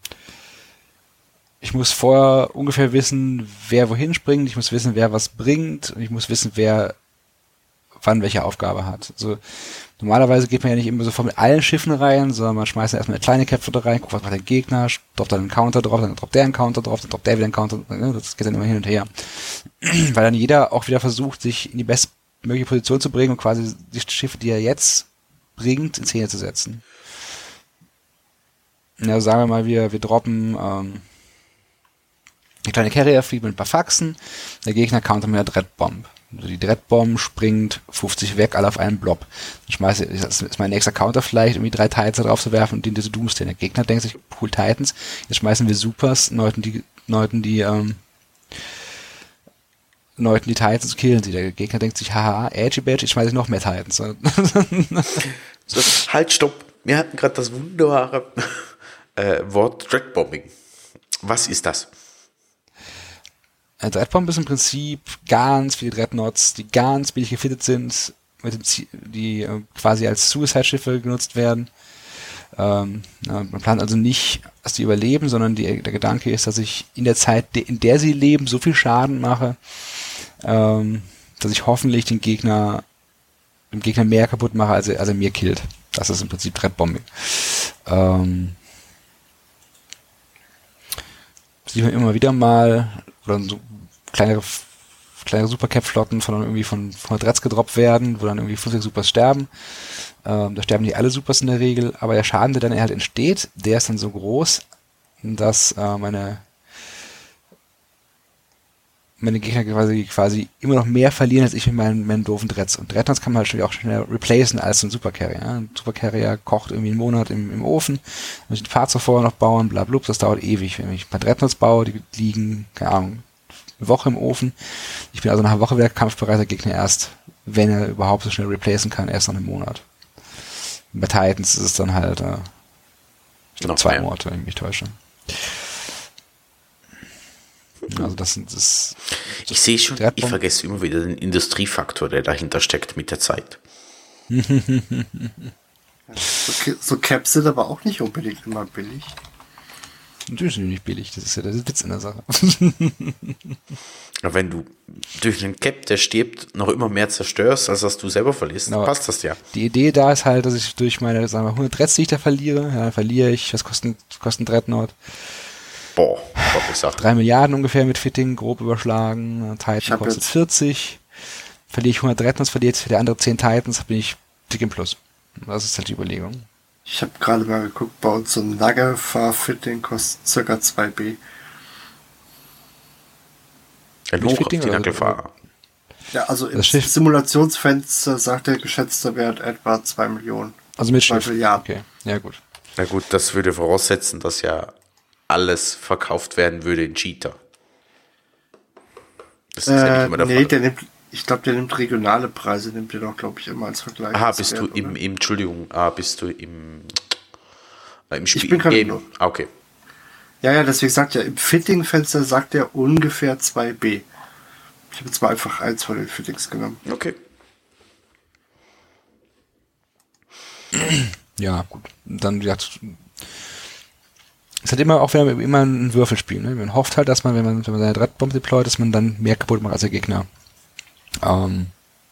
ich muss vorher ungefähr wissen, wer wohin springt, ich muss wissen, wer was bringt und ich muss wissen, wer wann welche Aufgabe hat. Also normalerweise geht man ja nicht immer sofort mit allen Schiffen rein, sondern man schmeißt erstmal eine kleine Cap-Flotte rein, guckt, was macht der Gegner, droppt dann einen Counter drauf, dann droppt der einen Counter drauf, dann droppt der wieder einen Counter, das geht dann immer hin und her. Weil dann jeder auch wieder versucht, sich in die bestmögliche Position zu bringen und quasi die Schiffe, die er jetzt bringt, in Szene zu setzen. Ja, sagen wir mal, wir, wir droppen ähm, eine kleine Carrier-Fleet mit ein paar Faxen, der Gegner countert mit einer Dreadbomb. Also die Dreadbomb springt fünfzig weg, alle auf einen Blob. Dann schmeiße ich, das ist mein nächster Counter vielleicht, irgendwie drei Titans da drauf zu werfen und den diese Doomsday. Der Gegner denkt sich, cool Titans, jetzt schmeißen wir Supers, neuten die, neuten die, ähm, neuten die Titans, killen sie. Der Gegner denkt sich, haha, edgy badge, ich schmeiße noch mehr Titans. So, halt, stopp. Wir hatten gerade das wunderbare äh, Wort Dreadbombing. Was ist das? Ein Dreadbomb ist im Prinzip ganz viele Dreadnoughts, die ganz billig gefittet sind, mit dem Ziel, die äh, quasi als Suicide-Schiffe genutzt werden. Ähm, ja, man plant also nicht, dass die überleben, sondern die, der Gedanke ist, dass ich in der Zeit, in der sie leben, so viel Schaden mache, ähm, dass ich hoffentlich den Gegner, dem Gegner mehr kaputt mache, als er, als er mir killt. Das ist im Prinzip Dreadbombing. Ähm, sieht man immer wieder mal, oder so kleinere, kleinere Supercap-Flotten von irgendwie von, von Dreads gedroppt werden, wo dann irgendwie fünf, sechs Supers sterben. Ähm, da sterben nicht alle Supers in der Regel, aber der Schaden, der dann halt entsteht, der ist dann so groß, dass äh, meine meine Gegner quasi, quasi immer noch mehr verlieren, als ich mit meinen, meinen doofen Dreads. Und Dreadnoughts kann man halt auch schnell replacen als so ein Supercarrier. Ja? Ein Supercarrier kocht irgendwie einen Monat im, im Ofen, muss ich ein Fahrzeug vorher noch bauen, bla bla, das dauert ewig. Wenn ich ein paar Dreadnoughts baue, die liegen, keine Ahnung, eine Woche im Ofen. Ich bin also nach einer Woche wieder kampfbereit, der Gegner erst, wenn er überhaupt so schnell replacen kann, erst nach einem Monat. Bei Titans ist es dann halt äh, ich glaub, zwei Monate, wenn ich mich täusche. Also das sind das. Ich sehe schon, ich vergesse immer wieder den Industriefaktor, der dahinter steckt mit der Zeit. so, so Caps sind aber auch nicht unbedingt immer billig. Natürlich sind die nicht billig, das ist ja der Witz in der Sache. Aber wenn du durch einen Cap, der stirbt, noch immer mehr zerstörst, als dass du selber verlierst, genau, passt das ja. Die Idee da ist halt, dass ich durch meine, sagen wir, hundert Dreads, die ich da verliere, ja, dann verliere ich, was kostet, kostet ein Dreadnought? Boah, Gott, ich sag. Drei Milliarden ungefähr mit Fitting, grob überschlagen. Titan kostet vierzig. Verliere ich hundert Dreadnoughts, verliere jetzt für die andere zehn Titans, bin ich dick im Plus. Das ist halt die Überlegung. Ich habe gerade mal geguckt, bei uns so ein Lagerfahr-Fitting kostet circa zwei B. Ein Hoch auf die Lagerfahr. Ja, also im Simulationsfenster sagt der geschätzte Wert etwa zwei Millionen. Also mit zwei Schiff. Milliarden. Okay, ja gut. Na gut, das würde voraussetzen, dass ja alles verkauft werden würde in Cheetah. Das ist äh, ja nicht immer der nee, Fall. Der nimmt, ich glaube, der nimmt regionale Preise, nimmt der doch, glaube ich, immer als Vergleich. Ah, bist du im, im, Entschuldigung, ah, bist du im, äh, im Spiel? Ich bin gerade Game. Ah, okay. Ja, ja, deswegen sagt er, im Fitting-Fenster sagt er ungefähr zwei B. Ich habe jetzt mal einfach eins von den Fittings genommen. Okay. Ja, gut. Dann, wie gesagt, es hat immer auch wieder immer ein Würfelspiel. Ne? Man hofft halt, dass man, wenn man, wenn man seine Dreadbomb deployt, dass man dann mehr kaputt macht als der Gegner. Ähm,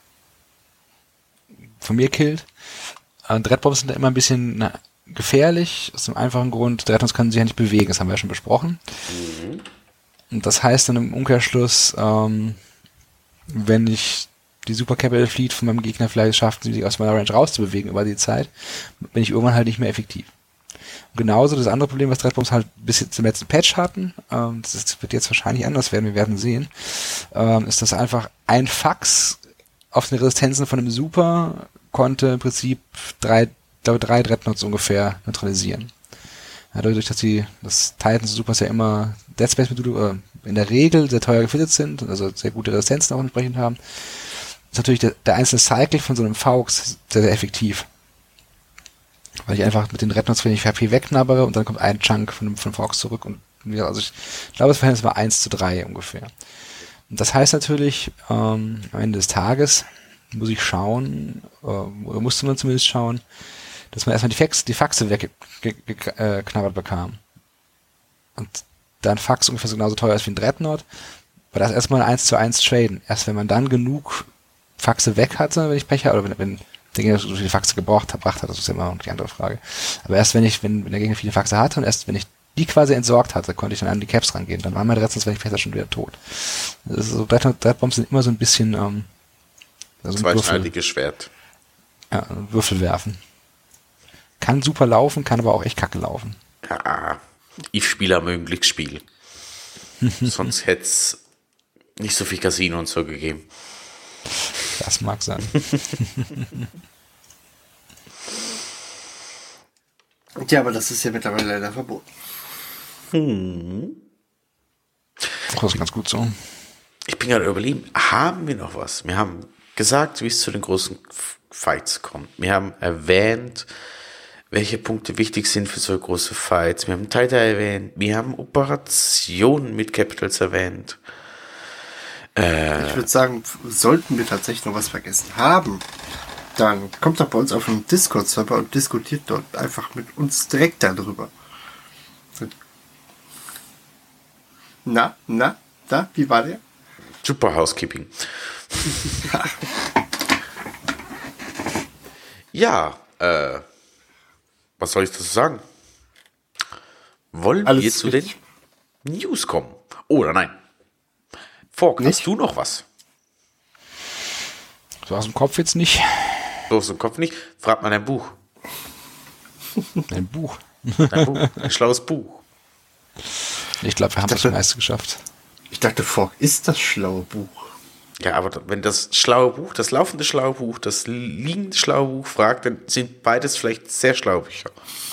von mir killt. Äh, Dreadbombs sind da immer ein bisschen na, gefährlich, aus dem einfachen Grund, Dreadbombs können sich ja nicht bewegen, das haben wir ja schon besprochen. Mhm. Und das heißt dann im Umkehrschluss, ähm, wenn ich die Super Capital Fleet von meinem Gegner vielleicht schafft, sich aus meiner Range rauszubewegen über die Zeit, bin ich irgendwann halt nicht mehr effektiv. Und genauso das andere Problem, was Dreadbombs halt bis jetzt zum letzten Patch hatten, ähm, das ist, wird jetzt wahrscheinlich anders werden, wir werden sehen, ähm, ist, dass einfach ein Fax auf den Resistenzen von einem Super konnte im Prinzip drei, glaube drei Dreadnoughts ungefähr neutralisieren. Ja, dadurch, dass die, das Titans Supers ja immer Dead Space Module äh, in der Regel sehr teuer gefittet sind, also sehr gute Resistenzen auch entsprechend haben, ist natürlich der, der einzelne Cycle von so einem Faux sehr, sehr effektiv. Weil ich einfach mit den Dreadnoughts wenig H P wegknabbere und dann kommt ein Chunk von dem, von dem Faux zurück und ja, also ich glaube, das Verhältnis war eins zu drei ungefähr. Und das heißt natürlich, ähm, am Ende des Tages muss ich schauen, äh, oder musste man zumindest schauen, dass man erstmal die, Fax, die Faxe weggeknabbert bekam. Und da ein Fax ungefähr so genauso teuer ist wie ein Dreadnought, war das erstmal ein eins zu eins traden. Erst wenn man dann genug Faxe weg hatte, wenn ich Pech hatte, oder wenn, wenn der Gegner so viele Faxe gebraucht gebracht hat, das ist ja immer die andere Frage. Aber erst wenn ich, wenn, wenn der Gegner viele Faxe hatte und erst wenn ich die quasi entsorgt hatte, konnte ich dann an die Caps rangehen. Dann waren meine Rätsel, wenn ich besser schon wieder tot. Das ist so, Dreadbombs sind immer so ein bisschen ähm, also zweischneidiges Schwert. Ja, Würfel werfen. Kann super laufen, kann aber auch echt kacke laufen. Ja, Eve-Spieler mögen Glücksspiel. Sonst hätte es nicht so viel Casino und so gegeben. Das mag sein. Ja, aber das ist ja mittlerweile leider verboten. Hm. Das ist ganz gut so. Ich bin gerade überlegen, haben wir noch was? Wir haben gesagt, wie es zu den großen Fights kommt. Wir haben erwähnt, welche Punkte wichtig sind für so große Fights. Wir haben Titan erwähnt. Wir haben Operationen mit Capitals erwähnt. Äh, ich würde sagen, sollten wir tatsächlich noch was vergessen haben, dann kommt doch bei uns auf einen Discord-Server und diskutiert dort einfach mit uns direkt darüber. Na, na, da, wie war der? Super Housekeeping. Ja, äh, was soll ich dazu sagen? Wollen Alles wir zu richtig. den News kommen? Oder nein? Fork, hast Nicht? du noch was? So aus dem Kopf jetzt nicht. So aus dem Kopf nicht? Frag mal dein Buch. Ein Buch. Dein Buch. Ein schlaues Buch. Ich glaube, wir haben das dachte- meiste geschafft. Ich dachte, Fork ist das schlaue Buch. Ja, aber wenn das schlaue Buch, das laufende schlaue Buch, das liegende schlaue Buch fragt, dann sind beides vielleicht sehr schlaue Bücher.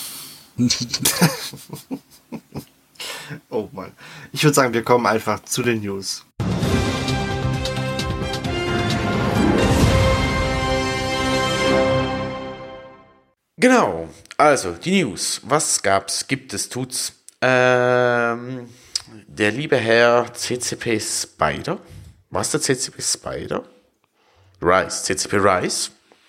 Oh Mann. Ich würde sagen, wir kommen einfach zu den News. Genau, also die News. Was gab's, gibt es, tut's? Ähm, der liebe Herr C C P Spider, was der C C P Spider? Rise, C C P Rise,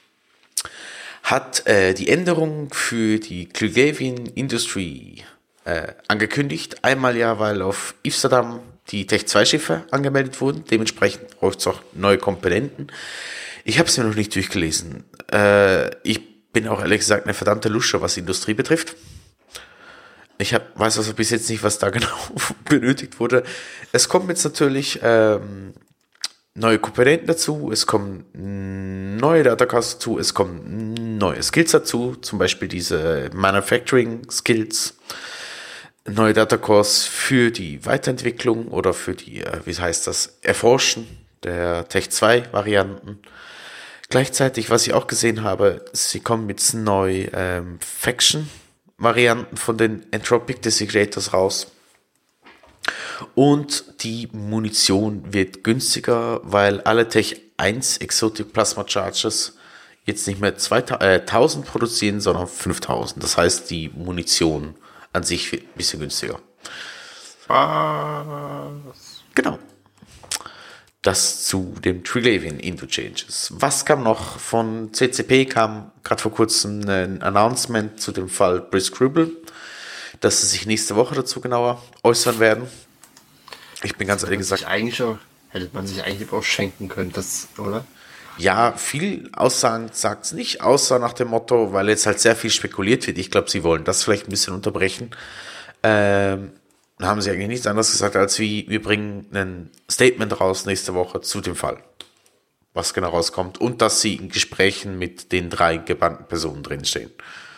hat äh, die Änderung für die Clegavian Industry äh, angekündigt. Einmal ja, weil auf Ifsadam die Tech zwei Schiffe angemeldet wurden. Dementsprechend braucht es auch neue Komponenten. Ich habe es mir noch nicht durchgelesen. Äh, ich bin auch ehrlich gesagt eine verdammte Lusche, was Industrie betrifft. Ich hab, weiß also bis jetzt nicht, was da genau benötigt wurde. Es kommen jetzt natürlich ähm, neue Komponenten dazu, es kommen neue Datacards dazu, es kommen neue Skills dazu, zum Beispiel diese Manufacturing Skills, neue Datacores für die Weiterentwicklung oder für die, wie heißt das, Erforschen der Tech zwei Varianten. Gleichzeitig, was ich auch gesehen habe, sie kommen mit neu ähm, Faction Varianten von den Entropic Disintegrators raus. Und die Munition wird günstiger, weil alle Tech eins Exotic Plasma Charges jetzt nicht mehr zweitausend produzieren, sondern fünftausend. Das heißt, die Munition an sich wird ein bisschen günstiger. Was? Genau. Das zu dem Triglavian Interchanges. Was kam noch? Von C C P kam gerade vor kurzem ein Announcement zu dem Fall Brice Grubel, dass sie sich nächste Woche dazu genauer äußern werden. Ich bin ganz ehrlich gesagt... Eigentlich auch, hätte man sich eigentlich auch schenken können, das, oder? Ja, viel Aussagen sagt es nicht, außer nach dem Motto, weil jetzt halt sehr viel spekuliert wird. Ich glaube, sie wollen das vielleicht ein bisschen unterbrechen. Ähm... Dann haben sie eigentlich nichts anderes gesagt, als wie, wir bringen ein Statement raus nächste Woche zu dem Fall, was genau rauskommt, und dass sie in Gesprächen mit den drei gebannten Personen drinstehen.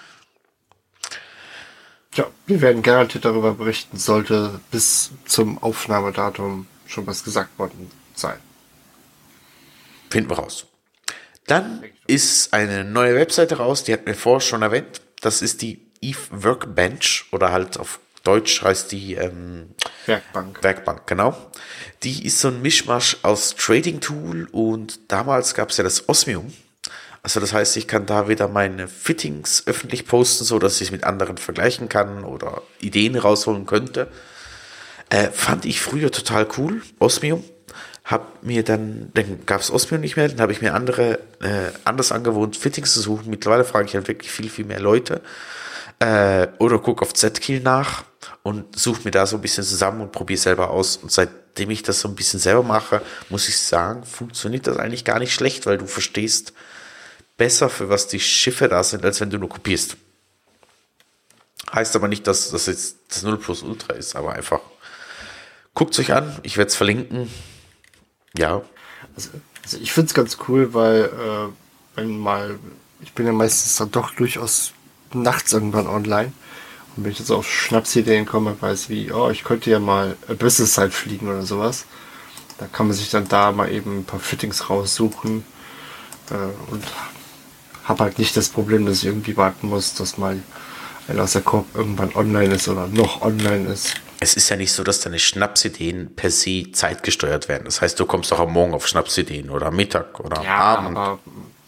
Ja, wir werden garantiert darüber berichten, sollte bis zum Aufnahmedatum schon was gesagt worden sein. Finden wir raus. Dann ist eine neue Webseite raus, die hat mir vorher schon erwähnt. Das ist die Eve Workbench oder halt auf Deutsch heißt die ähm, Werkbank. Werkbank, genau. Die ist so ein Mischmasch aus Trading Tool und damals gab es ja das Osmium. Also das heißt, ich kann da wieder meine Fittings öffentlich posten, so dass ich es mit anderen vergleichen kann oder Ideen rausholen könnte. Äh, fand ich früher total cool, Osmium. Hab mir dann, dann gab es Osmium nicht mehr, dann habe ich mir andere, äh, anders angewohnt, Fittings zu suchen. Mittlerweile frage ich halt wirklich viel, viel mehr Leute. Äh, oder gucke auf Z-Kill nach und suche mir da so ein bisschen zusammen und probiere selber aus. Und seitdem ich das so ein bisschen selber mache, muss ich sagen, funktioniert das eigentlich gar nicht schlecht, weil du verstehst besser, für was die Schiffe da sind, als wenn du nur kopierst. Heißt aber nicht, dass das jetzt das null plus Ultra ist, aber einfach guckt es euch an, ich werde es verlinken. Ja. Also, also ich finde es ganz cool, weil äh, wenn mal, ich bin ja meistens dann doch durchaus nachts irgendwann online. Und wenn ich jetzt auf Schnapsideen komme, weiß wie, oh, ich könnte ja mal Business Side fliegen oder sowas, da kann man sich dann da mal eben ein paar Fittings raussuchen äh, und habe halt nicht das Problem, dass ich irgendwie warten muss, dass mal einer aus der Korb irgendwann online ist oder noch online ist. Es ist ja nicht so, dass deine Schnapsideen per se zeitgesteuert werden. Das heißt, du kommst doch am Morgen auf Schnapsideen oder Mittag oder ja, Abend. Aber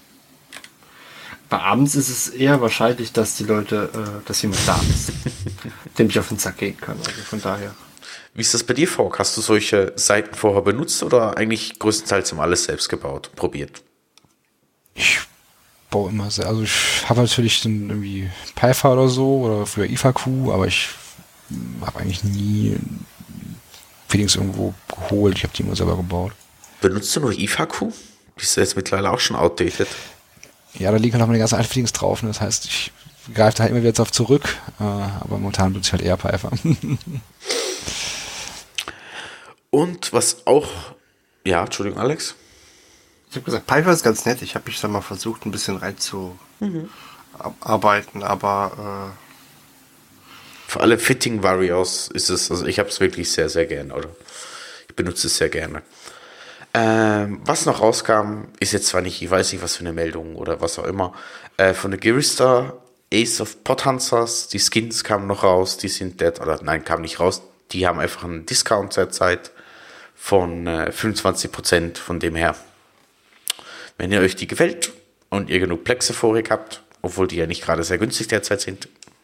bei abends ist es eher wahrscheinlich, dass die Leute, äh, dass jemand da ist, dem ich auf den Sack gehen kann. Also von daher. Wie ist das bei dir, Falk? Hast du solche Seiten vorher benutzt oder eigentlich größtenteils immer alles selbst gebaut, probiert? Ich baue immer sehr, also ich habe natürlich dann irgendwie Python oder so oder früher I F A Q, aber ich habe eigentlich nie Fittings irgendwo geholt. Ich habe die immer selber gebaut. Benutzt du nur I F A Q? Die ist jetzt mittlerweile auch schon outdated. Ja, da liegen halt auch meine ganzen alten Fittings drauf. Ne? Das heißt, ich greife da halt immer wieder darauf zurück. Äh, aber momentan benutze ich halt eher Python. Und was auch... Ja, Entschuldigung, Alex? Ich habe gesagt, Python ist ganz nett. Ich habe mich da mal versucht, ein bisschen reinzuarbeiten, mhm. aber... Äh Für alle Fitting-Varios ist es... Also ich habe es wirklich sehr, sehr gerne, oder? Ich benutze es sehr gerne. Ähm, was noch rauskam, ist jetzt zwar nicht, ich weiß nicht, was für eine Meldung oder was auch immer, äh, von der Girista, Ace of Pothunters, die Skins kamen noch raus, die sind dead, oder nein, kamen nicht raus, die haben einfach einen Discount derzeit von äh, fünfundzwanzig Prozent, von dem her. Wenn ihr euch die gefällt und ihr genug Plexe vorig habt, obwohl die ja nicht gerade sehr günstig derzeit sind,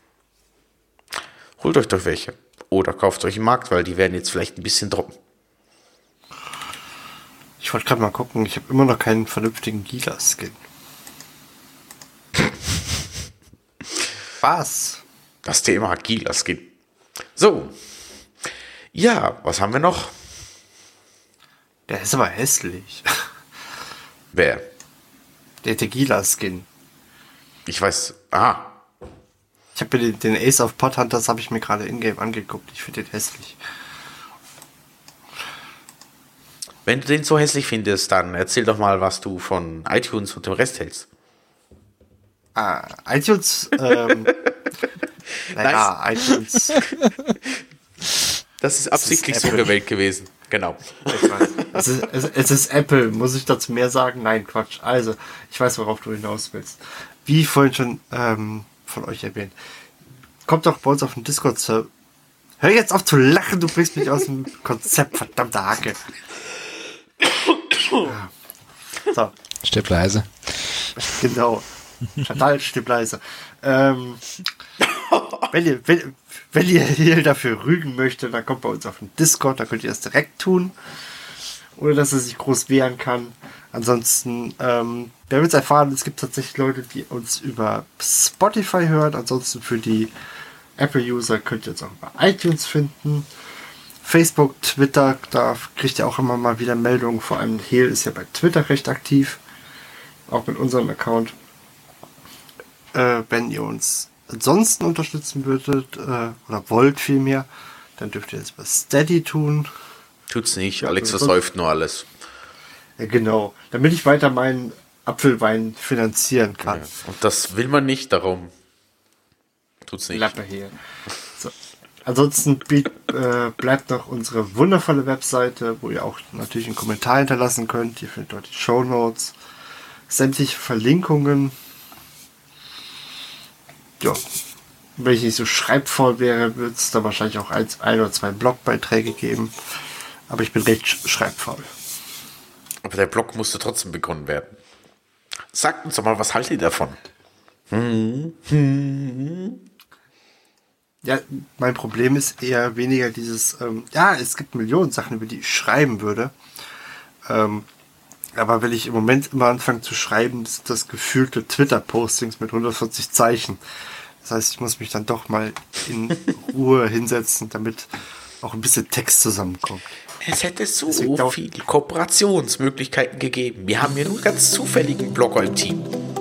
holt euch doch welche. Oder kauft euch im Markt, weil die werden jetzt vielleicht ein bisschen droppen. Ich wollte gerade mal gucken, ich habe immer noch keinen vernünftigen Gila-Skin. Was? Das Thema Gila-Skin. So. Ja, was haben wir noch? Der ist aber hässlich. Wer? Der Tequila-Skin. Ich weiß. Aha. Ich habe mir den, den Ace of Pothunters habe ich mir gerade in-game angeguckt. Ich finde den hässlich. Wenn du den so hässlich findest, dann erzähl doch mal, was du von iTunes und dem Rest hältst. Ah, iTunes, ähm, naja, nice. iTunes. Das ist absichtlich so gewählt gewesen. Genau. Ich weiß. Es ist, es, es ist Apple. Muss ich dazu mehr sagen? Nein, Quatsch. Also, ich weiß, worauf du hinaus willst. Wie vorhin schon ähm, von euch erwähnt. kommt doch bei uns auf den Discord-Server. Hör jetzt auf zu lachen, du bringst mich aus dem Konzept, verdammte Hacke. Ja. So. Stirb leise. Genau. Chantal, stirb leise. Ähm, wenn, ihr, wenn, wenn ihr hier dafür rügen möchtet, dann kommt bei uns auf den Discord, da könnt ihr das direkt tun. Ohne dass er sich groß wehren kann. Ansonsten, ähm, wir haben jetzt erfahren, es gibt tatsächlich Leute, die uns über Spotify hören. Ansonsten für die Apple-User könnt ihr uns auch über iTunes finden. Facebook, Twitter, da kriegt ihr auch immer mal wieder Meldungen. Vor allem Hehl ist ja bei Twitter recht aktiv. Auch mit unserem Account. Äh, wenn ihr uns ansonsten unterstützen würdet, äh, oder wollt vielmehr, dann dürft ihr das über Steady tun. Tut's nicht, Alex versäuft nur alles. Ja, genau. Damit ich weiter meinen Apfelwein finanzieren kann. Ja. Und das will man nicht, darum tut's nicht. Lappe hier. So. Ansonsten äh, bleibt noch unsere wundervolle Webseite, wo ihr auch natürlich einen Kommentar hinterlassen könnt. Ihr findet dort die Shownotes, sämtliche Verlinkungen. Ja. Wenn ich nicht so schreibvoll wäre, würde es da wahrscheinlich auch ein, ein oder zwei Blogbeiträge geben. Aber ich bin recht schreibfaul. Aber der Blog musste trotzdem begonnen werden. Sagt uns doch mal, was haltet ihr davon? Hm, hm. Ja, mein Problem ist eher weniger dieses, ähm, ja, es gibt Millionen Sachen, über die ich schreiben würde. Ähm, aber wenn ich im Moment immer anfange zu schreiben, sind das gefühlte Twitter-Postings mit hundertvierzig Zeichen. Das heißt, ich muss mich dann doch mal in Ruhe hinsetzen, damit auch ein bisschen Text zusammenkommt. Es hätte so viele Kooperationsmöglichkeiten gegeben. Wir haben hier nur ganz zufälligen Blogger im Team.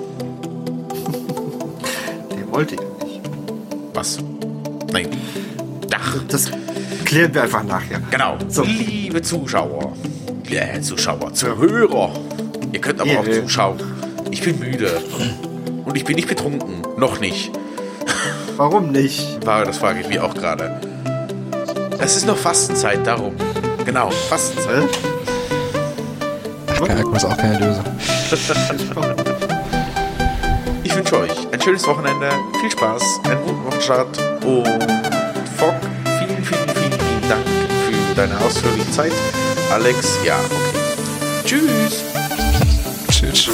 Der wollte ja nicht. Was? Nein. Ach. Das klären wir einfach nachher. Genau. So. Liebe Zuschauer, liebe Zuschauer, Zuhörer, ihr könnt aber yeah. auch zuschauen. Ich bin müde. Und ich bin nicht betrunken. Noch nicht. Warum nicht? Das frage ich mich auch gerade. Es ist noch Fastenzeit, darum. Genau, Fastenzeit. Kein Alkohol ist auch keine Lösung. Ich wünsche euch ein schönes Wochenende, viel Spaß, einen guten Wochenstart und Fock, vielen, vielen, vielen, vielen Dank für deine ausführliche Zeit. Alex, ja, okay. Tschüss. Tschüss.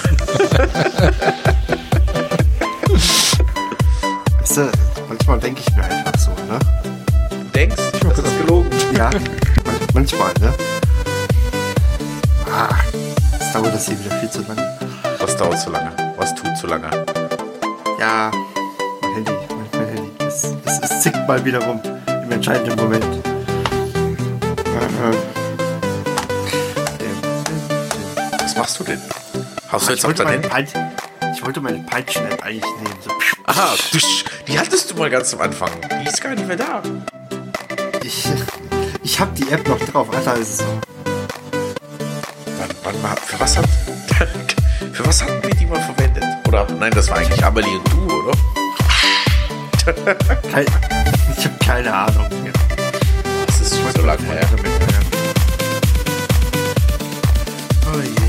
Weißt du, manchmal denke ich mir einfach so, ne? Denkst du, das ist gelogen? Ja, manchmal, ne? Ah, jetzt dauert das hier wieder viel zu lange. Was dauert so lange? Was tut so lange? Ja, mein Handy, mein, mein Handy. Es, es, es zickt mal wieder rum im entscheidenden Moment. Was machst du denn? Hast du jetzt ich, auf wollte dein meine Handy? Peitsch, ich wollte meine Peitschen-App eigentlich nehmen. So. Aha, du, die hattest du mal ganz am Anfang. Die ist gar nicht mehr da. Ich, ich hab die App noch drauf. Alter, ist es so. Wann, wann mal, für was hat, für was hatten wir die mal verwendet? Oder, nein, das war eigentlich Amelie und du, oder? Kein, ich habe keine Ahnung mehr. Das ist schon so lange her. Oh je.